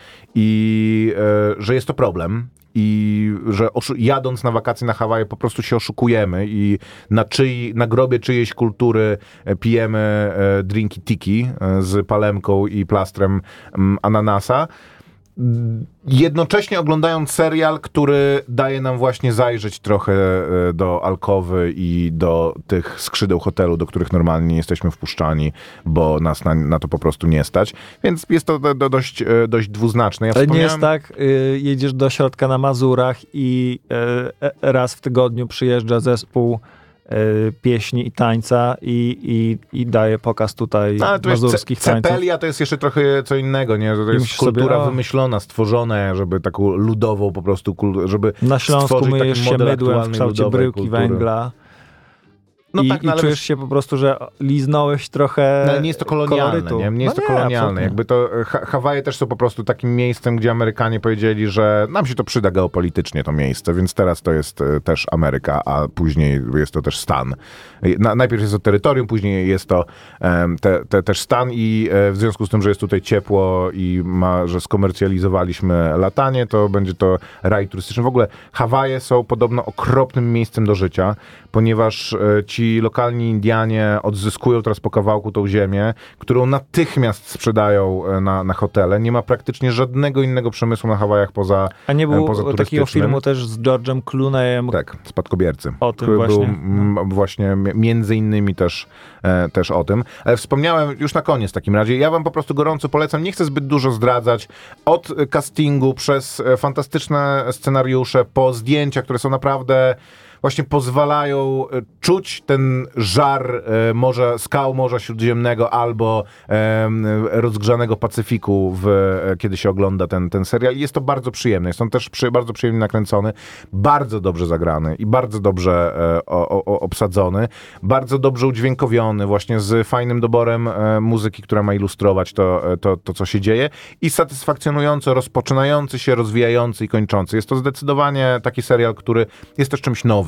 i e, że jest to problem. I że oszu- jadąc na wakacje na Hawaje po prostu się oszukujemy i na, czyj, na grobie czyjejś kultury pijemy e, drinki tiki e, z palemką i plastrem m, ananasa. Jednocześnie oglądając serial, który daje nam właśnie zajrzeć trochę do alkowy i do tych skrzydeł hotelu, do których normalnie nie jesteśmy wpuszczani, bo nas na, na to po prostu nie stać. Więc jest to do, do dość, dość dwuznaczne. Ja Ale wspomniałem... nie jest tak, y, jedziesz do środka na Mazurach i y, raz w tygodniu przyjeżdża zespół y, pieśni i tańca i, i, i daje pokaz tutaj no, to mazurskich ce- tańców. Cepelia to jest jeszcze trochę co innego, nie? To jest I kultura sobie, o... wymyślona, stworzona, żeby taką ludową po prostu, kul- żeby na Śląsku stworzyć myjesz taki się model mydłem w aktualnej kształcie ludowej bryłki kultury. węgla. No I, tak, i no, ale czujesz wiesz, się po prostu, że liznąłeś trochę no, ale nie jest to kolonialne, kolorytu. nie? Nie jest no to kolonialne. absolutnie. Jakby to ha- Hawaje też są po prostu takim miejscem, gdzie Amerykanie powiedzieli, że nam się to przyda geopolitycznie to miejsce, więc teraz to jest e, też Ameryka, a później jest to też stan. Na, najpierw jest to terytorium, później jest to e, te, te, też stan i e, w związku z tym, że jest tutaj ciepło i ma, że skomercjalizowaliśmy latanie, to będzie to raj turystyczny. W ogóle Hawaje są podobno okropnym miejscem do życia, ponieważ e, ci lokalni Indianie odzyskują teraz po kawałku tą ziemię, którą natychmiast sprzedają na, na hotele. Nie ma praktycznie żadnego innego przemysłu na Hawajach poza A nie było poza takiego filmu też z George'em Clooneyem? Tak, Spadkobiercy. O tym który właśnie. Był m, właśnie między innymi też, e, też o tym. Ale wspomniałem już na koniec w takim razie. Ja wam po prostu gorąco polecam. Nie chcę zbyt dużo zdradzać. Od castingu przez fantastyczne scenariusze po zdjęcia, które są naprawdę właśnie pozwalają czuć ten żar e, morza, skał Morza Śródziemnego albo e, rozgrzanego Pacyfiku, w, e, kiedy się ogląda ten, ten serial. I jest to bardzo przyjemne. Jest on też przy, bardzo przyjemnie nakręcony, bardzo dobrze zagrany i bardzo dobrze e, o, o, obsadzony, bardzo dobrze udźwiękowiony, właśnie z fajnym doborem e, muzyki, która ma ilustrować to, to, to, co się dzieje i satysfakcjonująco rozpoczynający się, rozwijający i kończący. Jest to zdecydowanie taki serial, który jest też czymś nowym.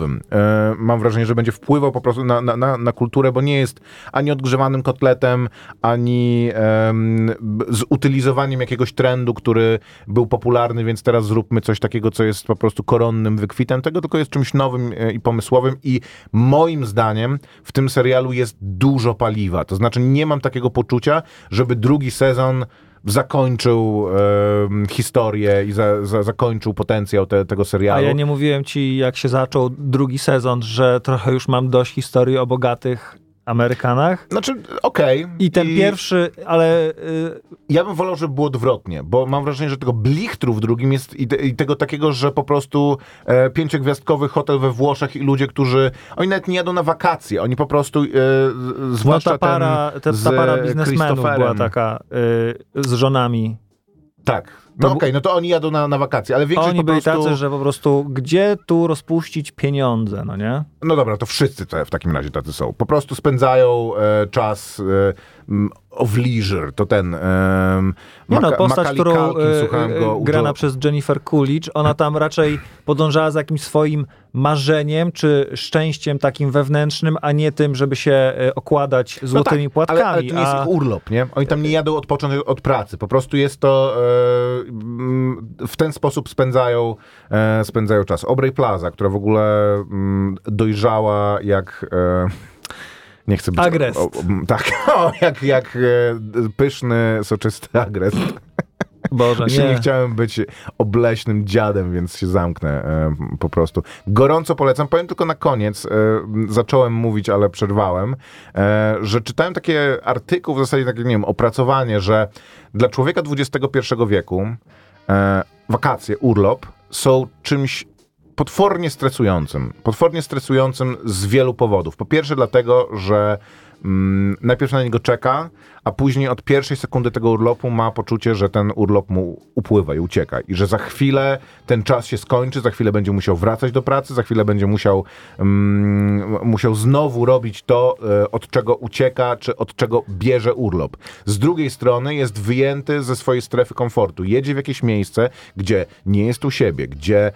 nowym. E, mam wrażenie, że będzie wpływał po prostu na, na, na, na kulturę, bo nie jest ani odgrzewanym kotletem, ani em, z utylizowaniem jakiegoś trendu, który był popularny, więc teraz zróbmy coś takiego, co jest po prostu koronnym wykwitem tego, tylko jest czymś nowym e, i pomysłowym i moim zdaniem w tym serialu jest dużo paliwa. To znaczy nie mam takiego poczucia, żeby drugi sezon zakończył e, historię i za, za, zakończył potencjał te, tego serialu. A ja nie mówiłem ci, jak się zaczął drugi sezon, że trochę już mam dość historii o bogatych Amerykanach. Znaczy, okej. Okay. I ten I pierwszy, ale... Y... Ja bym wolał, żeby było odwrotnie, bo mam wrażenie, że tego blichtru w drugim jest i, te, i tego takiego, że po prostu e, pięciogwiazdkowy hotel we Włoszech i ludzie, którzy... Oni nawet nie jadą na wakacje, oni po prostu... E, zwłaszcza no ta para, ten ta, ta para biznesmenów była taka y, z żonami. Tak. No okej, okay, no to oni jadą na, na wakacje, ale większość oni po byli prostu... tacy, że po prostu gdzie tu rozpuścić pieniądze, no nie? No dobra, to wszyscy te, w takim razie tacy są. Po prostu spędzają e, czas e, of leisure, to ten... E, nie no, postać, Macaulay którą Culkin, e, go, grana przez Jennifer Coolidge, ona tam raczej podążała za jakimś swoim marzeniem, czy szczęściem takim wewnętrznym, a nie tym, żeby się okładać złotymi no tak, płatkami. Ale, ale to nie jest a... ich urlop, nie? Oni tam nie jadą odpocząć od pracy. Po prostu jest to... E, w ten sposób spędzają, e, spędzają czas. Aubrey Plaza, która w ogóle m, dojrzała jak... E, nie chcę być... Agrest. O, o, tak, o, jak, jak e, pyszny, soczysty agrest. Boże, nie. nie. nie chciałem być obleśnym dziadem, więc się zamknę e, po prostu. Gorąco polecam. Powiem tylko na koniec, e, zacząłem mówić, ale przerwałem, e, że czytałem takie artykuł, w zasadzie takie, nie wiem, opracowanie, że dla człowieka dwudziestego pierwszego wieku e, wakacje, urlop są czymś potwornie stresującym. Potwornie stresującym z wielu powodów. Po pierwsze dlatego, że mm, najpierw na niego czeka, a później od pierwszej sekundy tego urlopu ma poczucie, że ten urlop mu upływa i ucieka. I że za chwilę ten czas się skończy, za chwilę będzie musiał wracać do pracy, za chwilę będzie musiał, um, musiał znowu robić to, od czego ucieka, czy od czego bierze urlop. Z drugiej strony jest wyjęty ze swojej strefy komfortu. Jedzie w jakieś miejsce, gdzie nie jest u siebie, gdzie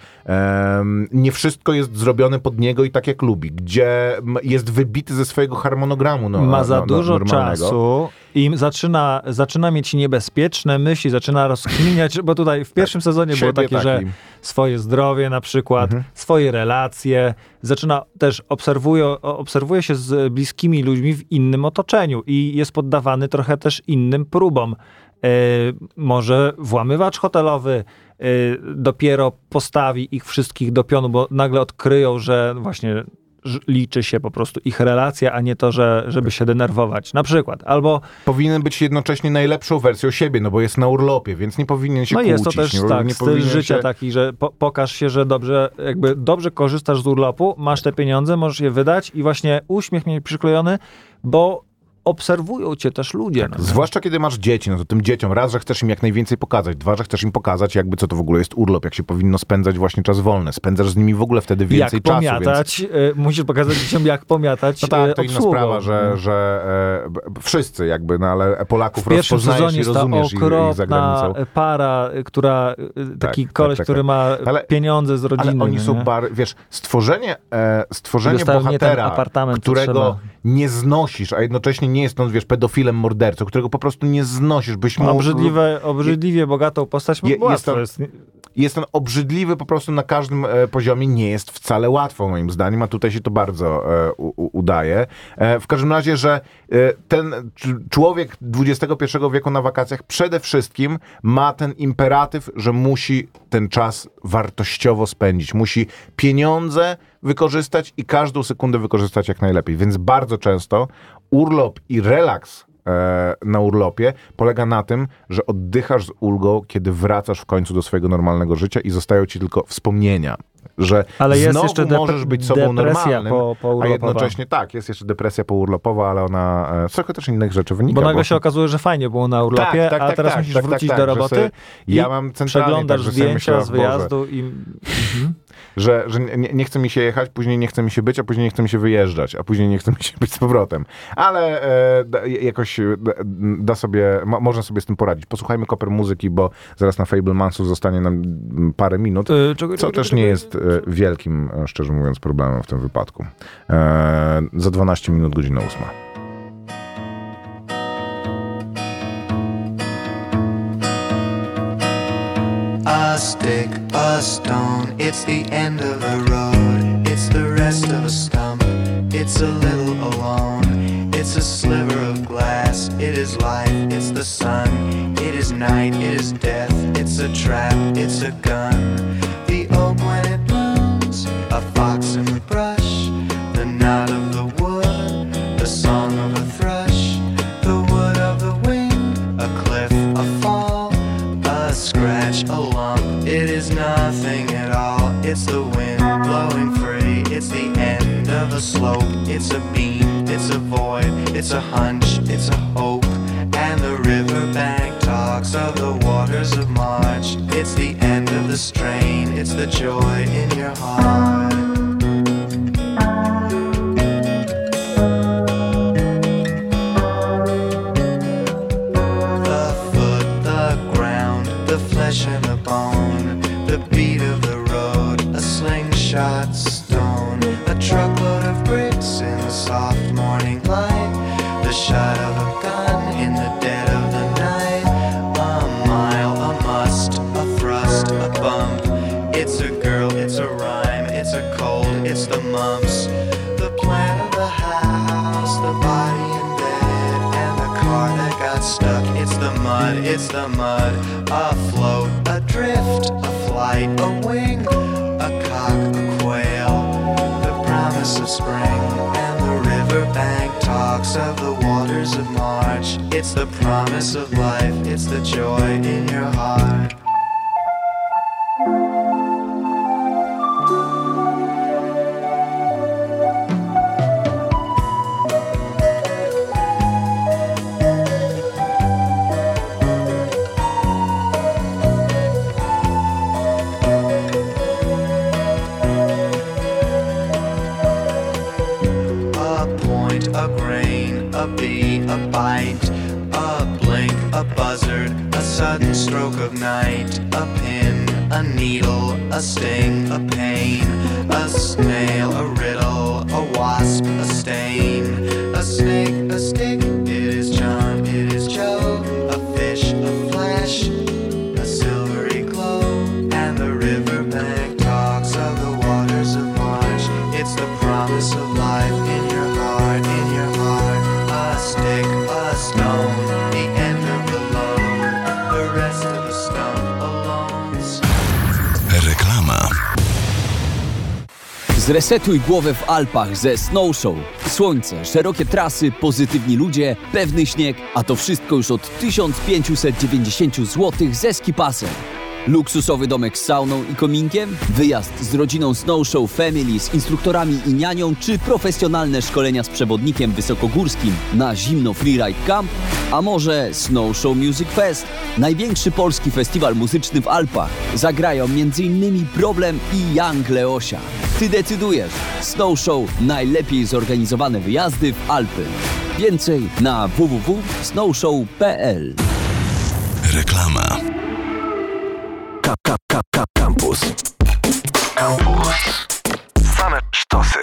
um, nie wszystko jest zrobione pod niego i tak jak lubi, gdzie jest wybity ze swojego harmonogramu no, ma za no, no, dużo normalnego. czasu i zaczyna, zaczyna mieć niebezpieczne myśli, zaczyna rozkminiać, bo tutaj w pierwszym sezonie było takie, taki. że swoje zdrowie na przykład, mhm. swoje relacje, zaczyna też, obserwuje, obserwuje się z bliskimi ludźmi w innym otoczeniu i jest poddawany trochę też innym próbom. Yy, może włamywacz hotelowy yy, dopiero postawi ich wszystkich do pionu, bo nagle odkryją, że właśnie liczy się po prostu ich relacja, a nie to, że, żeby się denerwować. Na przykład. Albo... Powinien być jednocześnie najlepszą wersją siebie, no bo jest na urlopie, więc nie powinien się no kłócić. No jest to też nie, tak, nie styl życia się... taki, że po, pokaż się, że dobrze, jakby dobrze korzystasz z urlopu, masz te pieniądze, możesz je wydać i właśnie uśmiech mieć przyklejony, bo obserwują cię też ludzie. Tak, no. Zwłaszcza kiedy masz dzieci, no to tym dzieciom raz, że chcesz im jak najwięcej pokazać, dwa, że chcesz im pokazać jakby co to w ogóle jest urlop, jak się powinno spędzać właśnie czas wolny. Spędzasz z nimi w ogóle wtedy więcej jak czasu. Pomiatać, więc... y, musisz pokazać dzieciom, jak pomiatać. No tak, to obsługą. inna sprawa, że, że e, wszyscy jakby, no ale Polaków w pierwszym rozpoznajesz i rozumiesz jest ta ich, ich za granicą. para, która, taki tak, koleś, tak, tak, który ma ale, pieniądze z rodziny. Ale oni nie? są bar, wiesz, stworzenie, e, stworzenie bohatera, którego trzeba. nie znosisz, a jednocześnie nie jest on, wiesz, pedofilem, mordercą, którego po prostu nie znosisz, byś mógł... Obrzydliwe, obrzydliwie bogatą postać je, jest, ten, jest. jest ten obrzydliwy po prostu na każdym e, poziomie, nie jest wcale łatwo moim zdaniem, a tutaj się to bardzo e, u, udaje. E, w każdym razie, że e, ten człowiek dwudziestego pierwszego wieku na wakacjach przede wszystkim ma ten imperatyw, że musi ten czas wartościowo spędzić. Musi pieniądze wykorzystać i każdą sekundę wykorzystać jak najlepiej. Więc bardzo często urlop i relaks na urlopie polega na tym, że oddychasz z ulgą, kiedy wracasz w końcu do swojego normalnego życia i zostają ci tylko wspomnienia. Że ale jest znowu jeszcze możesz być sobą normalnym, po, po a jednocześnie tak, jest jeszcze depresja pourlopowa, ale ona z trochę też innych rzeczy wynika. Bo nagle bo... się okazuje, że fajnie było na urlopie, tak, tak, a tak, teraz tak, musisz tak, wrócić tak, do roboty sobie, ja mam przeglądasz tak, zdjęcia myślę, z wyjazdu i... Mhm. że, że nie, nie chce mi się jechać, później nie chce mi się być, a później nie chce mi się wyjeżdżać, a później nie chce mi się być z powrotem. Ale e, da, jakoś da, da sobie, mo, można sobie z tym poradzić. Posłuchajmy Koper muzyki, bo zaraz na Fablemansów zostanie nam parę minut, Yy, czego, co czego, też czego, nie jest e, wielkim, e, szczerze mówiąc, problemem w tym wypadku. E, za dwanaście minut, godzina ósma. A stick, a stone, it's the end of the road. It's the rest of a stump, it's a little alone. It's a sliver of glass, it is life, it's the sun. It is night, it is death, it's a trap, it's a gun. The oak when it blooms, a fox in the brush. The knot of the wood, the song of a thrush. The wood of the wind, a cliff, a fall. A scratch, a lump, it is nothing at all. It's the wind blowing free, it's the end of a slope. It's a beam, it's a void, it's a hunch, it's a hope. And the riverbank talks of the waters of March. It's the end of the strain, it's the joy in your heart. And the bone, the beat of the road, a slingshot stone, a truckload of bricks in the soft morning light, the shot of a gun in the dead of the night, a mile, a must, a thrust, a bump. It's a girl, it's a rhyme, it's a cold, it's the mumps, the plan of the house, the body in bed, and the car that got stuck. It's the mud, it's the mud. Afloat, adrift, a flight, a wing, a cock, a quail, the promise of spring, and the riverbank talks of the waters of March. It's the promise of life, it's the joy in your heart. Sudden stroke of night, a pin, a needle, a sting, a pain, a snail, a riddle, a wasp, a stain, a snake, a stick, it is John, it is Joe, a fish, a flash, a silvery glow, and the riverbank talks of the waters of March. It's the promise of life in your heart, in your heart, a stick, a stone, the end of the load. Reklama. Zresetuj głowę w Alpach ze Snow Show. Słońce, szerokie trasy, pozytywni ludzie, pewny śnieg, a to wszystko już od tysiąc pięćset dziewięćdziesiąt złotych ze skipasem. Luksusowy domek z sauną i kominkiem, wyjazd z rodziną Snow Show Family z instruktorami i nianią, czy profesjonalne szkolenia z przewodnikiem wysokogórskim na zimno freeride camp, a może Snow Show Music Fest, największy polski festiwal muzyczny w Alpach. Zagrają m.in. Problem i Young Leosia. Ty decydujesz. Snow Show, najlepiej zorganizowane wyjazdy w Alpy. Więcej na w w w kropka snow show kropka p l. Reklama. Campus. Campus. Same sztosy.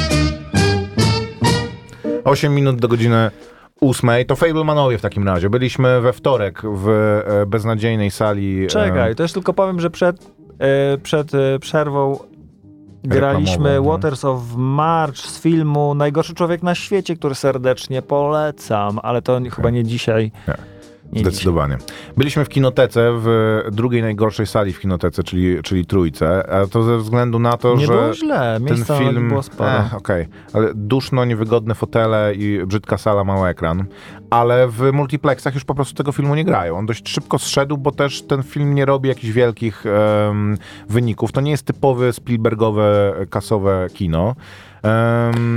osiem minut do godziny ósmej. To Fablemanowie w takim razie. Byliśmy we wtorek w e, beznadziejnej sali. Czekaj, e... też tylko powiem, że przed, e, przed e, przerwą graliśmy Waters of March z filmu Najgorszy człowiek na świecie, który serdecznie polecam, ale to okay. chyba nie dzisiaj. Nie. Zdecydowanie. Byliśmy w kinotece, w drugiej najgorszej sali w kinotece, czyli, czyli Trójce, a to ze względu na to, nie że Nie było źle, miejsca ten film, było sporo. Eh, okej, okay. Ale duszno, niewygodne fotele i brzydka sala, mały ekran, ale w multiplexach już po prostu tego filmu nie grają. On dość szybko zszedł, bo też ten film nie robi jakichś wielkich um, wyników. To nie jest typowe Spielbergowe, kasowe kino. Um,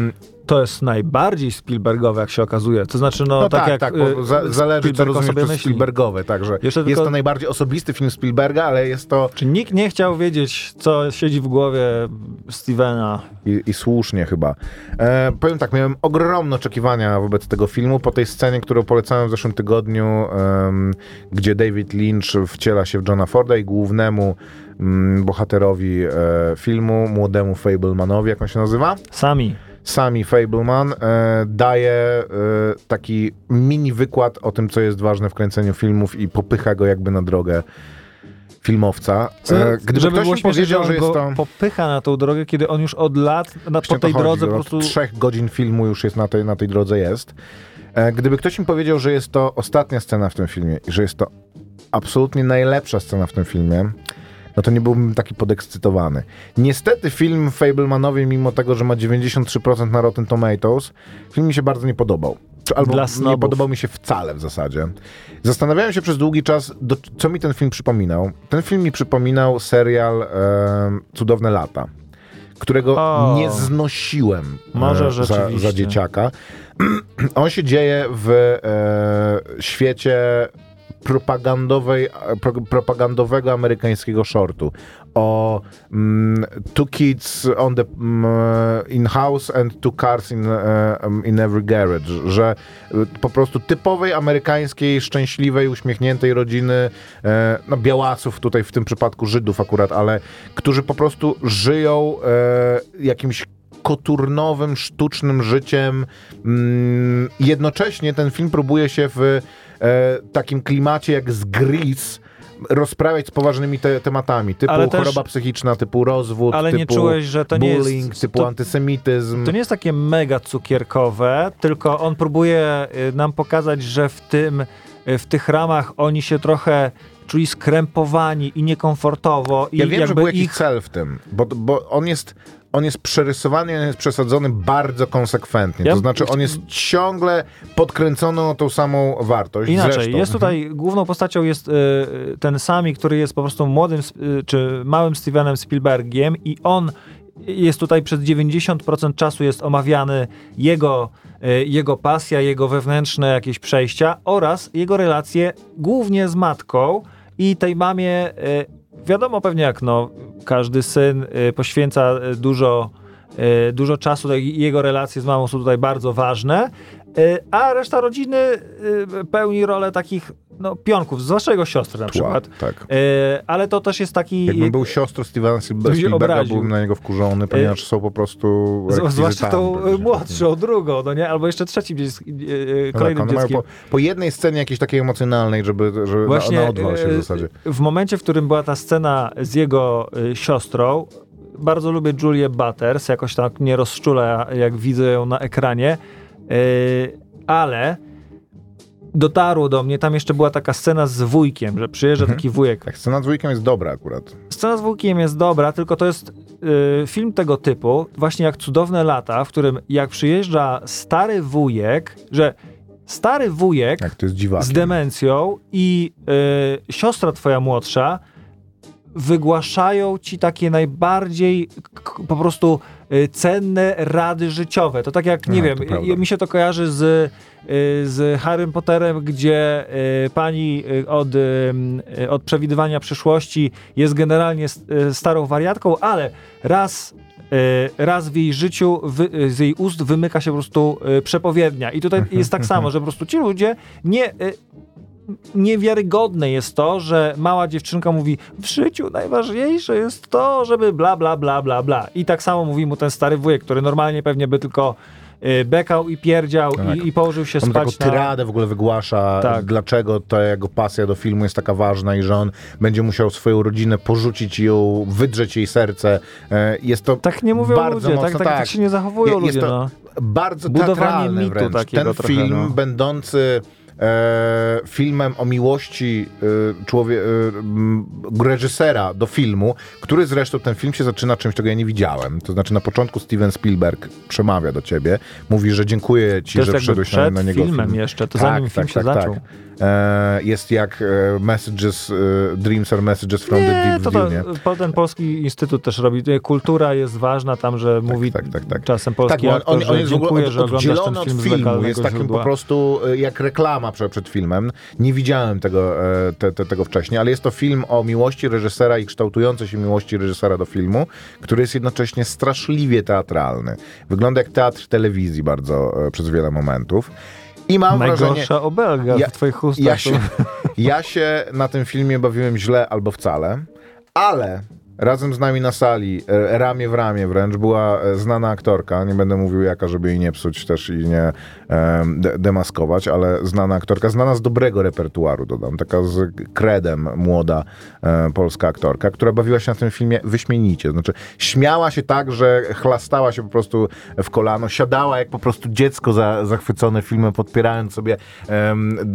to jest najbardziej Spielbergowe, jak się okazuje. To znaczy, no, No tak, tak, jak tak, bo za, zależy, co rozumiesz sobie przez myśli. Spielbergowe, także Jeszcze jest tylko- to najbardziej osobisty film Spielberga, ale jest to Czy nikt nie chciał wiedzieć, co siedzi w głowie Stevena? i, i słusznie chyba. E, powiem tak, miałem ogromne oczekiwania wobec tego filmu, po tej scenie, którą polecałem w zeszłym tygodniu, em, gdzie David Lynch wciela się w Johna Forda i głównemu mm, bohaterowi e, filmu, młodemu Fablemanowi, jak on się nazywa? Sami. Sami Fableman e, daje e, taki mini wykład o tym, co jest ważne w kręceniu filmów i popycha go jakby na drogę filmowca. E, gdyby Żeby ktoś było mi śmieszne, powiedział, że on jest go to... popycha na tą drogę, kiedy on już od lat na, po Właśnie tej to chodzi, drodze po od prostu... trzech godzin filmu już jest na tej, na tej drodze jest. E, gdyby ktoś mi powiedział, że jest to ostatnia scena w tym filmie i że jest to absolutnie najlepsza scena w tym filmie, no to nie byłbym taki podekscytowany. Niestety film Fablemanowi, mimo tego, że ma dziewięćdziesiąt trzy procent na Rotten Tomatoes, film mi się bardzo nie podobał. Czy- Albo Dla nie snobów. podobał mi się wcale w zasadzie. Zastanawiałem się przez długi czas, do, co mi ten film przypominał. Ten film mi przypominał serial e, Cudowne lata, którego O. nie znosiłem e, Może za, rzeczywiście. za dzieciaka. On się dzieje w e, świecie propagandowej, pro, propagandowego amerykańskiego shortu o mm, two kids on the, mm, in house and two cars in, e, in every garage, że e, po prostu typowej amerykańskiej, szczęśliwej, uśmiechniętej rodziny, e, no białasów tutaj w tym przypadku Żydów akurat, ale którzy po prostu żyją e, jakimś koturnowym, sztucznym życiem. Mm, jednocześnie ten film próbuje się w e, takim klimacie jak z Grease rozprawiać z poważnymi te, tematami, typu Ale też- choroba psychiczna, typu rozwód, Ale nie typu czułeś, że to nie bullying, jest... typu to, antysemityzm. to nie jest takie mega cukierkowe, tylko on próbuje y, nam pokazać, że w tym, y, w tych ramach oni się trochę czuli skrępowani i niekomfortowo. I Ja wiem, jakby że był jakiś ich... cel w tym, bo, bo on jest on jest przerysowany, on jest przesadzony bardzo konsekwentnie. Ja- To znaczy on jest ciągle podkręcony o tą samą wartość. Inaczej, Zresztą. jest tutaj, główną postacią jest y, ten Sami, który jest po prostu młodym, y, czy małym Stevenem Spielbergiem i on jest tutaj przez dziewięćdziesiąt procent czasu jest omawiany jego, y, jego pasja, jego wewnętrzne jakieś przejścia oraz jego relacje głównie z matką i tej mamie, y, wiadomo pewnie jak no, każdy syn y, poświęca y, dużo, y, dużo czasu, tak, i jego relacje z mamą są tutaj bardzo ważne, y, a reszta rodziny y, pełni rolę takich no, pionków, zwłaszcza jego siostry na Tła, przykład. tak. Y, ale to też jest taki... Jakbym był siostrą Stevena Spielberga, To się Spielberga obraził. byłbym na niego wkurzony, ponieważ są po prostu z- Zwłaszcza tą rekwizytami. y, młodszą, drugą, no nie? Albo jeszcze trzecim dzieckiem, y, y, No kolejnym tak, one mają dzieckiem. po, po jednej scenie jakiejś takiej emocjonalnej, żeby, żeby Właśnie na, na odwal się w e, zasadzie. w momencie, w którym była ta scena z jego e, siostrą, bardzo lubię Julię Butters, jakoś tak nie rozczula, jak widzę ją na ekranie, e, ale dotarło do mnie, tam jeszcze była taka scena z wujkiem, że przyjeżdża Mhm. taki wujek. Tak, scena z wujkiem jest dobra akurat. Scena z wujkiem jest dobra, tylko to jest y, film tego typu, właśnie jak Cudowne lata, w którym jak przyjeżdża stary wujek, że stary wujek Jak to jest dziwakiem. z demencją i y, siostra twoja młodsza wygłaszają ci takie najbardziej k- po prostu y, cenne rady życiowe. To tak jak, nie A, wiem, to prawda. y, mi się to kojarzy z, y, z Harrym Potterem, gdzie y, pani y, od, y, y, od przewidywania przyszłości jest generalnie s- y, starą wariatką, ale raz y, raz w jej życiu wy, y, z jej ust wymyka się po prostu y, przepowiednia. I tutaj jest tak samo, że po prostu ci ludzie nie... y, Niewiarygodne jest to, że mała dziewczynka mówi, w życiu najważniejsze jest to, żeby bla, bla, bla, bla, bla. I tak samo mówi mu ten stary wujek, który normalnie pewnie by tylko y, bekał i pierdział Tak. i, i położył się On taką spać na... tyradę w ogóle wygłasza, Tak. dlaczego ta jego pasja do filmu jest taka ważna i że on będzie musiał swoją rodzinę porzucić i ją, wydrzeć jej serce. E, Jest to Tak nie mówią bardzo ludzie, mocno, tak, tak, tak się nie zachowują Je- jest ludzie. to no. bardzo Budowanie teatralne mitu wręcz. takiego Ten trochę, film no. będący e, filmem o miłości e, człowie, e, reżysera do filmu, który zresztą ten film się zaczyna czymś, czego ja nie widziałem. To znaczy na początku Steven Spielberg przemawia do ciebie, mówi, że dziękuję ci, to że przyszedłeś na, na niego filmem film. jeszcze, to tak, zanim film tak, się tak, zaczął. Tak. E, jest jak e, Messages, e, Dreams are Messages from nie, the Deep to, View, nie? To, ten polski instytut też robi. Kultura jest ważna tam, że tak, mówi tak, tak, tak. czasem polski tak, aktor, on, on że jest dziękuję, od, że oglądasz ten film od z filmu. legalnego Jest takim źródła. po prostu jak reklama przed, przed filmem. Nie widziałem tego, e, te, te, tego wcześniej, ale jest to film o miłości reżysera i kształtującej się miłości reżysera do filmu, który jest jednocześnie straszliwie teatralny. Wygląda jak teatr telewizji bardzo e, przez wiele momentów. I mam Najgorsza wrażenie... obelga ja, w twoich ustach. Ja się, ja się na tym filmie bawiłem źle albo wcale, ale razem z nami na sali, e, ramię w ramię wręcz, była e, znana aktorka, nie będę mówił jaka, żeby jej nie psuć też i nie e, de- demaskować, ale znana aktorka, znana z dobrego repertuaru, dodam, taka z kredem młoda e, polska aktorka, która bawiła się na tym filmie wyśmienicie, znaczy śmiała się tak, że chlastała się po prostu w kolano, siadała jak po prostu dziecko za, zachwycone filmem, podpierając sobie e,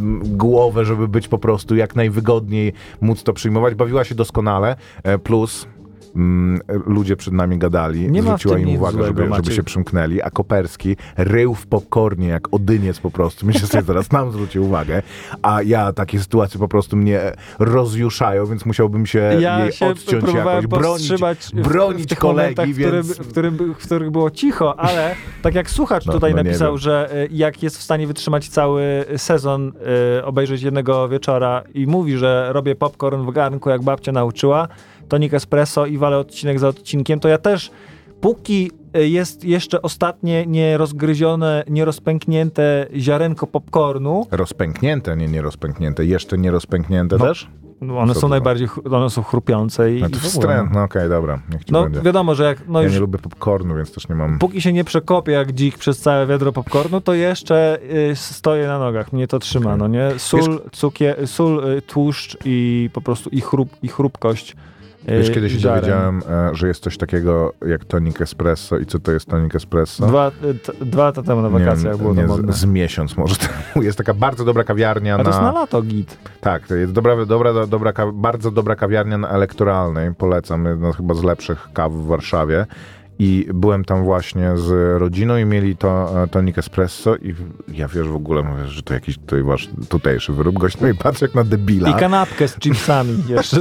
głowę, żeby być po prostu jak najwygodniej móc to przyjmować, bawiła się doskonale, e, plus Mm, ludzie przed nami gadali, Nie zwróciła im nic uwagę, złego, żeby, żeby się przymknęli, a Koperski rył w popcornie jak odyniec po prostu. Myślę sobie, zaraz nam zwróci uwagę, a ja takie sytuacje po prostu mnie rozjuszają, więc musiałbym się ja jej się odciąć próbowałem jakoś, bronić, powstrzymać bronić w tych kolegi, momentach, więc... w, którym, w, którym, w których było cicho, ale tak jak słuchacz No, tutaj no nie napisał, wiem. że y, jak jest w stanie wytrzymać cały sezon, y, obejrzeć jednego wieczora i mówi, że robię popcorn w garnku, jak babcia nauczyła, tonik espresso i walę odcinek za odcinkiem, to ja też, póki jest jeszcze ostatnie nierozgryzione, nierozpęknięte ziarenko popcornu. Rozpęknięte, nie nierozpęknięte, jeszcze nierozpęknięte No, też? No one Co są to? najbardziej, chru- one są chrupiące i, No i to w ogóle, wstręt, no okej, okay, dobra, niech ci no będzie. wiadomo, że jak no Ja już nie lubię popcornu, więc też nie mam... póki się nie przekopię jak dzik przez całe wiadro popcornu, to jeszcze y, stoję na nogach, mnie to trzyma, Okay. no nie? Sól, cukier, sól, y, tłuszcz i po prostu i, chrup, i chrupkość. y, Wiesz, kiedyś się ziaren. dowiedziałem, e, że jest coś takiego jak tonik espresso i co to jest tonik espresso? Dwa, y, t, dwa lata temu na wakacjach nie, było nie, to modne. z, z miesiąc może temu. Jest taka bardzo dobra kawiarnia A na... to jest na lato git. Tak, to jest dobra, dobra, dobra, ka- bardzo dobra kawiarnia na Elektoralnej. Polecam, jedna chyba z lepszych kaw w Warszawie. I byłem tam właśnie z rodziną i mieli to tonik espresso i ja wiesz w ogóle mówię, że to jakiś tutaj wasz tutejszy wyrób. Gość no i patrzę jak na debila. I kanapkę z chipsami jeszcze.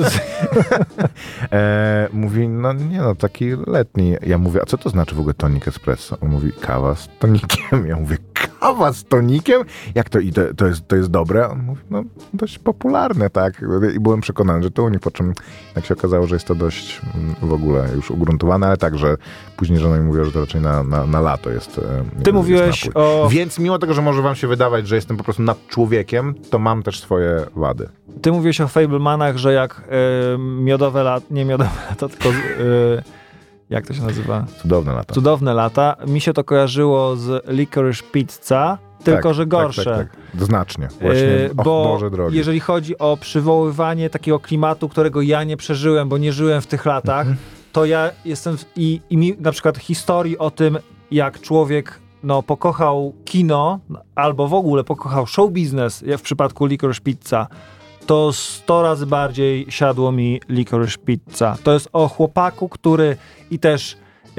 e, mówi, no nie no, taki letni. Ja mówię, a co to znaczy w ogóle tonik espresso? On mówi, kawa z tonikiem. Ja mówię, kawa z tonikiem? Jak to? I to, to, jest, to jest dobre? On mówi, no dość popularne, tak. I byłem przekonany, że to u nich, po czym jak się okazało, że jest to dość mm, w ogóle już ugruntowane, ale tak, że później żona mi mówiła, że to raczej na, na, na lato jest. Ty jest mówiłeś napój. o... Więc mimo tego, że może wam się wydawać, że jestem po prostu nad człowiekiem, to mam też swoje wady. Ty mówiłeś o Fablemanach, że jak y, miodowe lata, nie miodowe lata, tylko y, jak to się nazywa? Cudowne lata. Cudowne lata. Mi się to kojarzyło z Licorice Pizza, tylko tak, że gorsze. Tak, tak, tak. Znacznie. Właśnie, Yy, och, bo Boże drogi. jeżeli chodzi o przywoływanie takiego klimatu, którego ja nie przeżyłem, bo nie żyłem w tych latach, Mhm. to ja jestem w, i, i mi na przykład historii o tym, jak człowiek no, pokochał kino, albo w ogóle pokochał show business, jak w przypadku Licorice Pizza, to sto razy bardziej siadło mi Licorice Pizza. To jest o chłopaku, który i też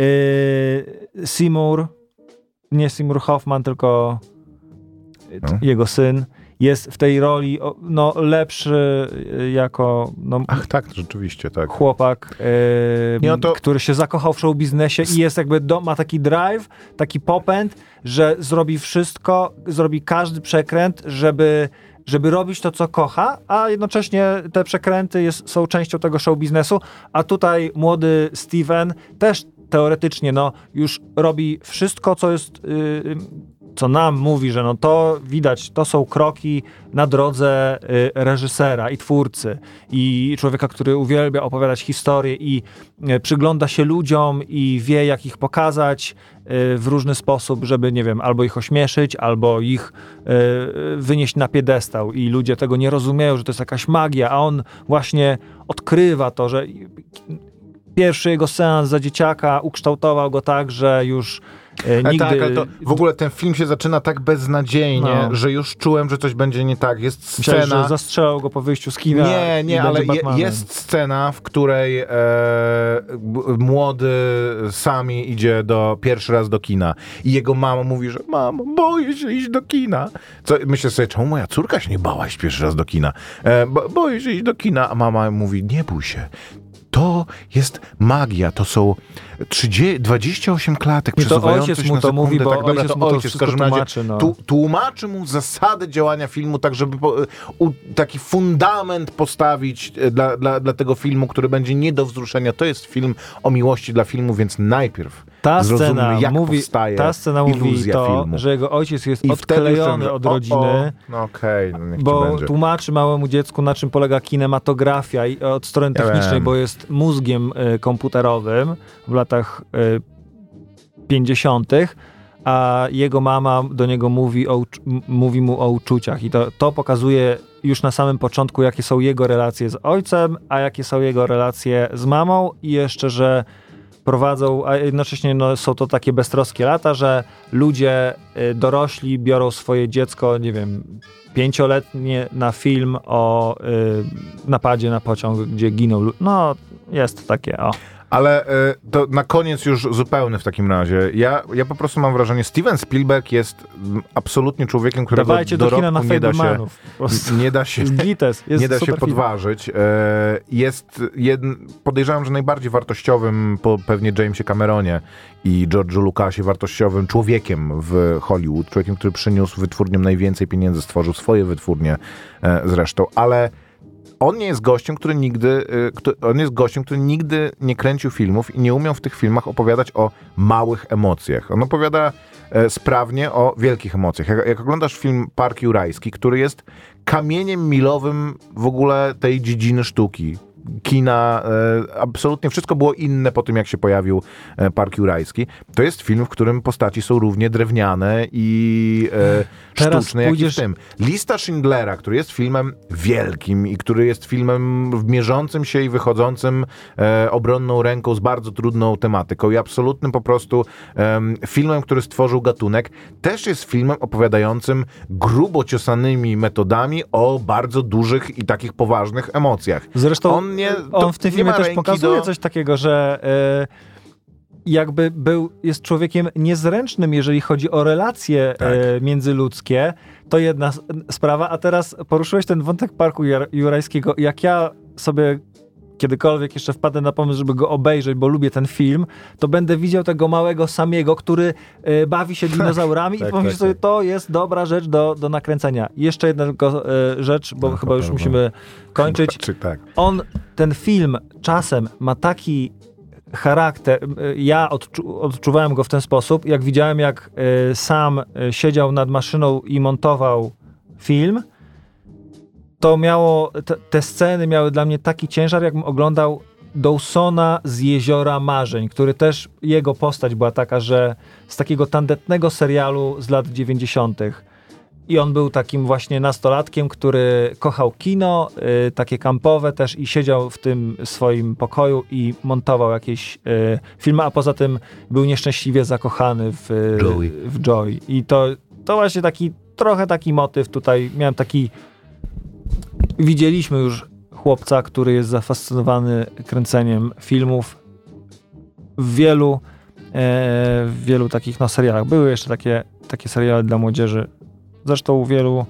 yy, Seymour, nie Seymour Hoffman, tylko No. jego syn, jest w tej roli o, no, lepszy y, jako no, Ach tak, rzeczywiście, tak. chłopak, y, Nie, no to- który się zakochał w show biznesie i jest jakby, do, ma taki drive, taki popęd, że zrobi wszystko, zrobi każdy przekręt, żeby żeby robić to, co kocha, a jednocześnie te przekręty jest, są częścią tego show biznesu, a tutaj młody Steven też teoretycznie no, już robi wszystko, co jest, yy, co nam mówi, że no to widać, to są kroki na drodze y, reżysera i twórcy i człowieka, który uwielbia opowiadać historie i y, przygląda się ludziom i wie, jak ich pokazać y, w różny sposób, żeby, nie wiem, albo ich ośmieszyć, albo ich y, wynieść na piedestał i ludzie tego nie rozumieją, że to jest jakaś magia, a on właśnie odkrywa to, że pierwszy jego seans za dzieciaka ukształtował go tak, że już E, nigdy... Tak, ale to w ogóle ten film się zaczyna tak beznadziejnie, No. że już czułem, że coś będzie nie tak. Jest Myślałeś, scena... że zastrzelał go po wyjściu z kina. Nie, nie, i ale będzie je, Batmanem. jest scena, w której e, b- młody Sami idzie do, pierwszy raz do kina i jego mama mówi, że mamo, boję się iść do kina. Co, myślę sobie, czemu moja córka się nie bała iść pierwszy raz do kina? E, bo, boję się iść do kina, a mama mówi, nie bój się. To jest magia, to są trzydzieści, dwadzieścia osiem klatek Nie, to przesuwające ojciec się mu na to sekundę. mówi, bo tak, dobra, ojciec to mu to ojciec w wszystko każdym razie tłumaczy, no. tu, tłumaczy mu zasady działania filmu, tak żeby po, u, taki fundament postawić e, dla, dla, dla tego filmu, który będzie nie do wzruszenia. To jest film o miłości dla filmu, więc najpierw Ta zrozummy, scena jak mówi, powstaje ta scena mówi iluzja to, filmu. że jego ojciec jest I wtedy już odklejony wiem, od że o, rodziny, o, no okej, okay, no niech ci bo będzie. tłumaczy małemu dziecku, na czym polega kinematografia i od strony Ja technicznej, wiem. bo jest mózgiem y, komputerowym w latach y, pięćdziesiątych, a jego mama do niego mówi, o, ucz- m- mówi mu o uczuciach i to, to pokazuje już na samym początku, jakie są jego relacje z ojcem, a jakie są jego relacje z mamą i jeszcze, że prowadzą, a jednocześnie no, są to takie beztroskie lata, że ludzie y, dorośli biorą swoje dziecko, nie wiem, pięcioletnie na film o y, napadzie na pociąg, gdzie giną ludzie. No, jest takie, o. Ale y, to na koniec już zupełny w takim razie. Ja, ja po prostu mam wrażenie, Steven Spielberg jest mm, absolutnie człowiekiem, którego Dawajcie do kina na dorobku nie da się, Fablemanów. Po prostu. nie da się, Jest gites, jest nie da się super film. podważyć. E, Jest jedn, podejrzewam, że najbardziej wartościowym po pewnie Jamesie Cameronie i George'u Lucasie wartościowym człowiekiem w Hollywood. Człowiekiem, który przyniósł wytwórniom najwięcej pieniędzy, stworzył swoje wytwórnie e, zresztą, ale on nie jest gościem, który nigdy, y, kto- on jest gościem, który nigdy nie kręcił filmów i nie umiał w tych filmach opowiadać o małych emocjach. On opowiada e, sprawnie o wielkich emocjach. Jak, jak oglądasz film Park Jurajski, który jest kamieniem milowym w ogóle tej dziedziny sztuki, kina, e, absolutnie wszystko było inne po tym, jak się pojawił e, Park Jurajski. To jest film, w którym postaci są równie drewniane i e, Teraz sztuczne, jak i w pójdziesz- tym. Lista Schindlera, który jest filmem wielkim i który jest filmem mierzącym się i wychodzącym e, obronną ręką z bardzo trudną tematyką i absolutnym po prostu em, filmem, który stworzył gatunek, też jest filmem opowiadającym grubo ciosanymi metodami o bardzo dużych i takich poważnych emocjach. Zresztą On nie- to on w tym nie filmie ma też ręki pokazuje do- coś takiego, że e, jakby był, jest człowiekiem niezręcznym, jeżeli chodzi o relacje Tak. e, międzyludzkie. To jedna s- sprawa, a teraz poruszyłeś ten wątek Parku Jur- Jurajskiego. Jak ja sobie kiedykolwiek jeszcze wpadnę na pomysł, żeby go obejrzeć, bo lubię ten film, to będę widział tego małego Samiego, który e, bawi się dinozaurami tak, i pomyślę tak, sobie, tak. to jest dobra rzecz do, do nakręcenia. Jeszcze jedna tylko e, rzecz, bo No, chyba już pewno. musimy kończyć. Czy tak? On, ten film czasem ma taki charakter, ja odczu, odczuwałem go w ten sposób, jak widziałem, jak y, sam y, siedział nad maszyną i montował film, to miało, te, te sceny miały dla mnie taki ciężar, jakbym oglądał Dawsona z Jeziora Marzeń, który też, jego postać była taka, że z takiego tandetnego serialu z lat dziewięćdziesiątych. I on był takim właśnie nastolatkiem, który kochał kino, y, takie kampowe też i siedział w tym swoim pokoju i montował jakieś y, filmy, a poza tym był nieszczęśliwie zakochany w y, Joey. w Joey. I to, to właśnie taki, trochę taki motyw tutaj, miałem taki, widzieliśmy już chłopca, który jest zafascynowany kręceniem filmów w wielu, e, w wielu takich no, serialach. Były jeszcze takie, takie seriale dla młodzieży. Zresztą wielu,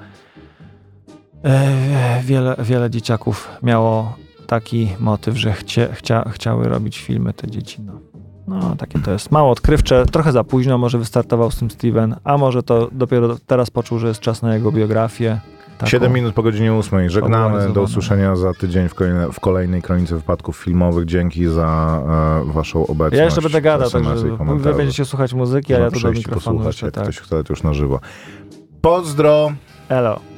e, wiele, wiele dzieciaków miało taki motyw, że chcie, chcia, chciały robić filmy te dzieci. No. no, takie to jest mało odkrywcze. Trochę za późno może wystartował z tym Steven, a może to dopiero teraz poczuł, że jest czas na jego biografię. Taką. Siedem minut po godzinie ósmej. Żegnamy. Do Popularyzowana. usłyszenia za tydzień w, kolejne, w kolejnej kronice wypadków filmowych. Dzięki za e, waszą obecność. Ja jeszcze będę gadał, S M S y także i wy komentarze. będziecie słuchać muzyki, a Można ja tu do przyjść i mikrofonu posłuchać, jeszcze jak tak. ktoś chce, to już na żywo. Pozdro! Elo.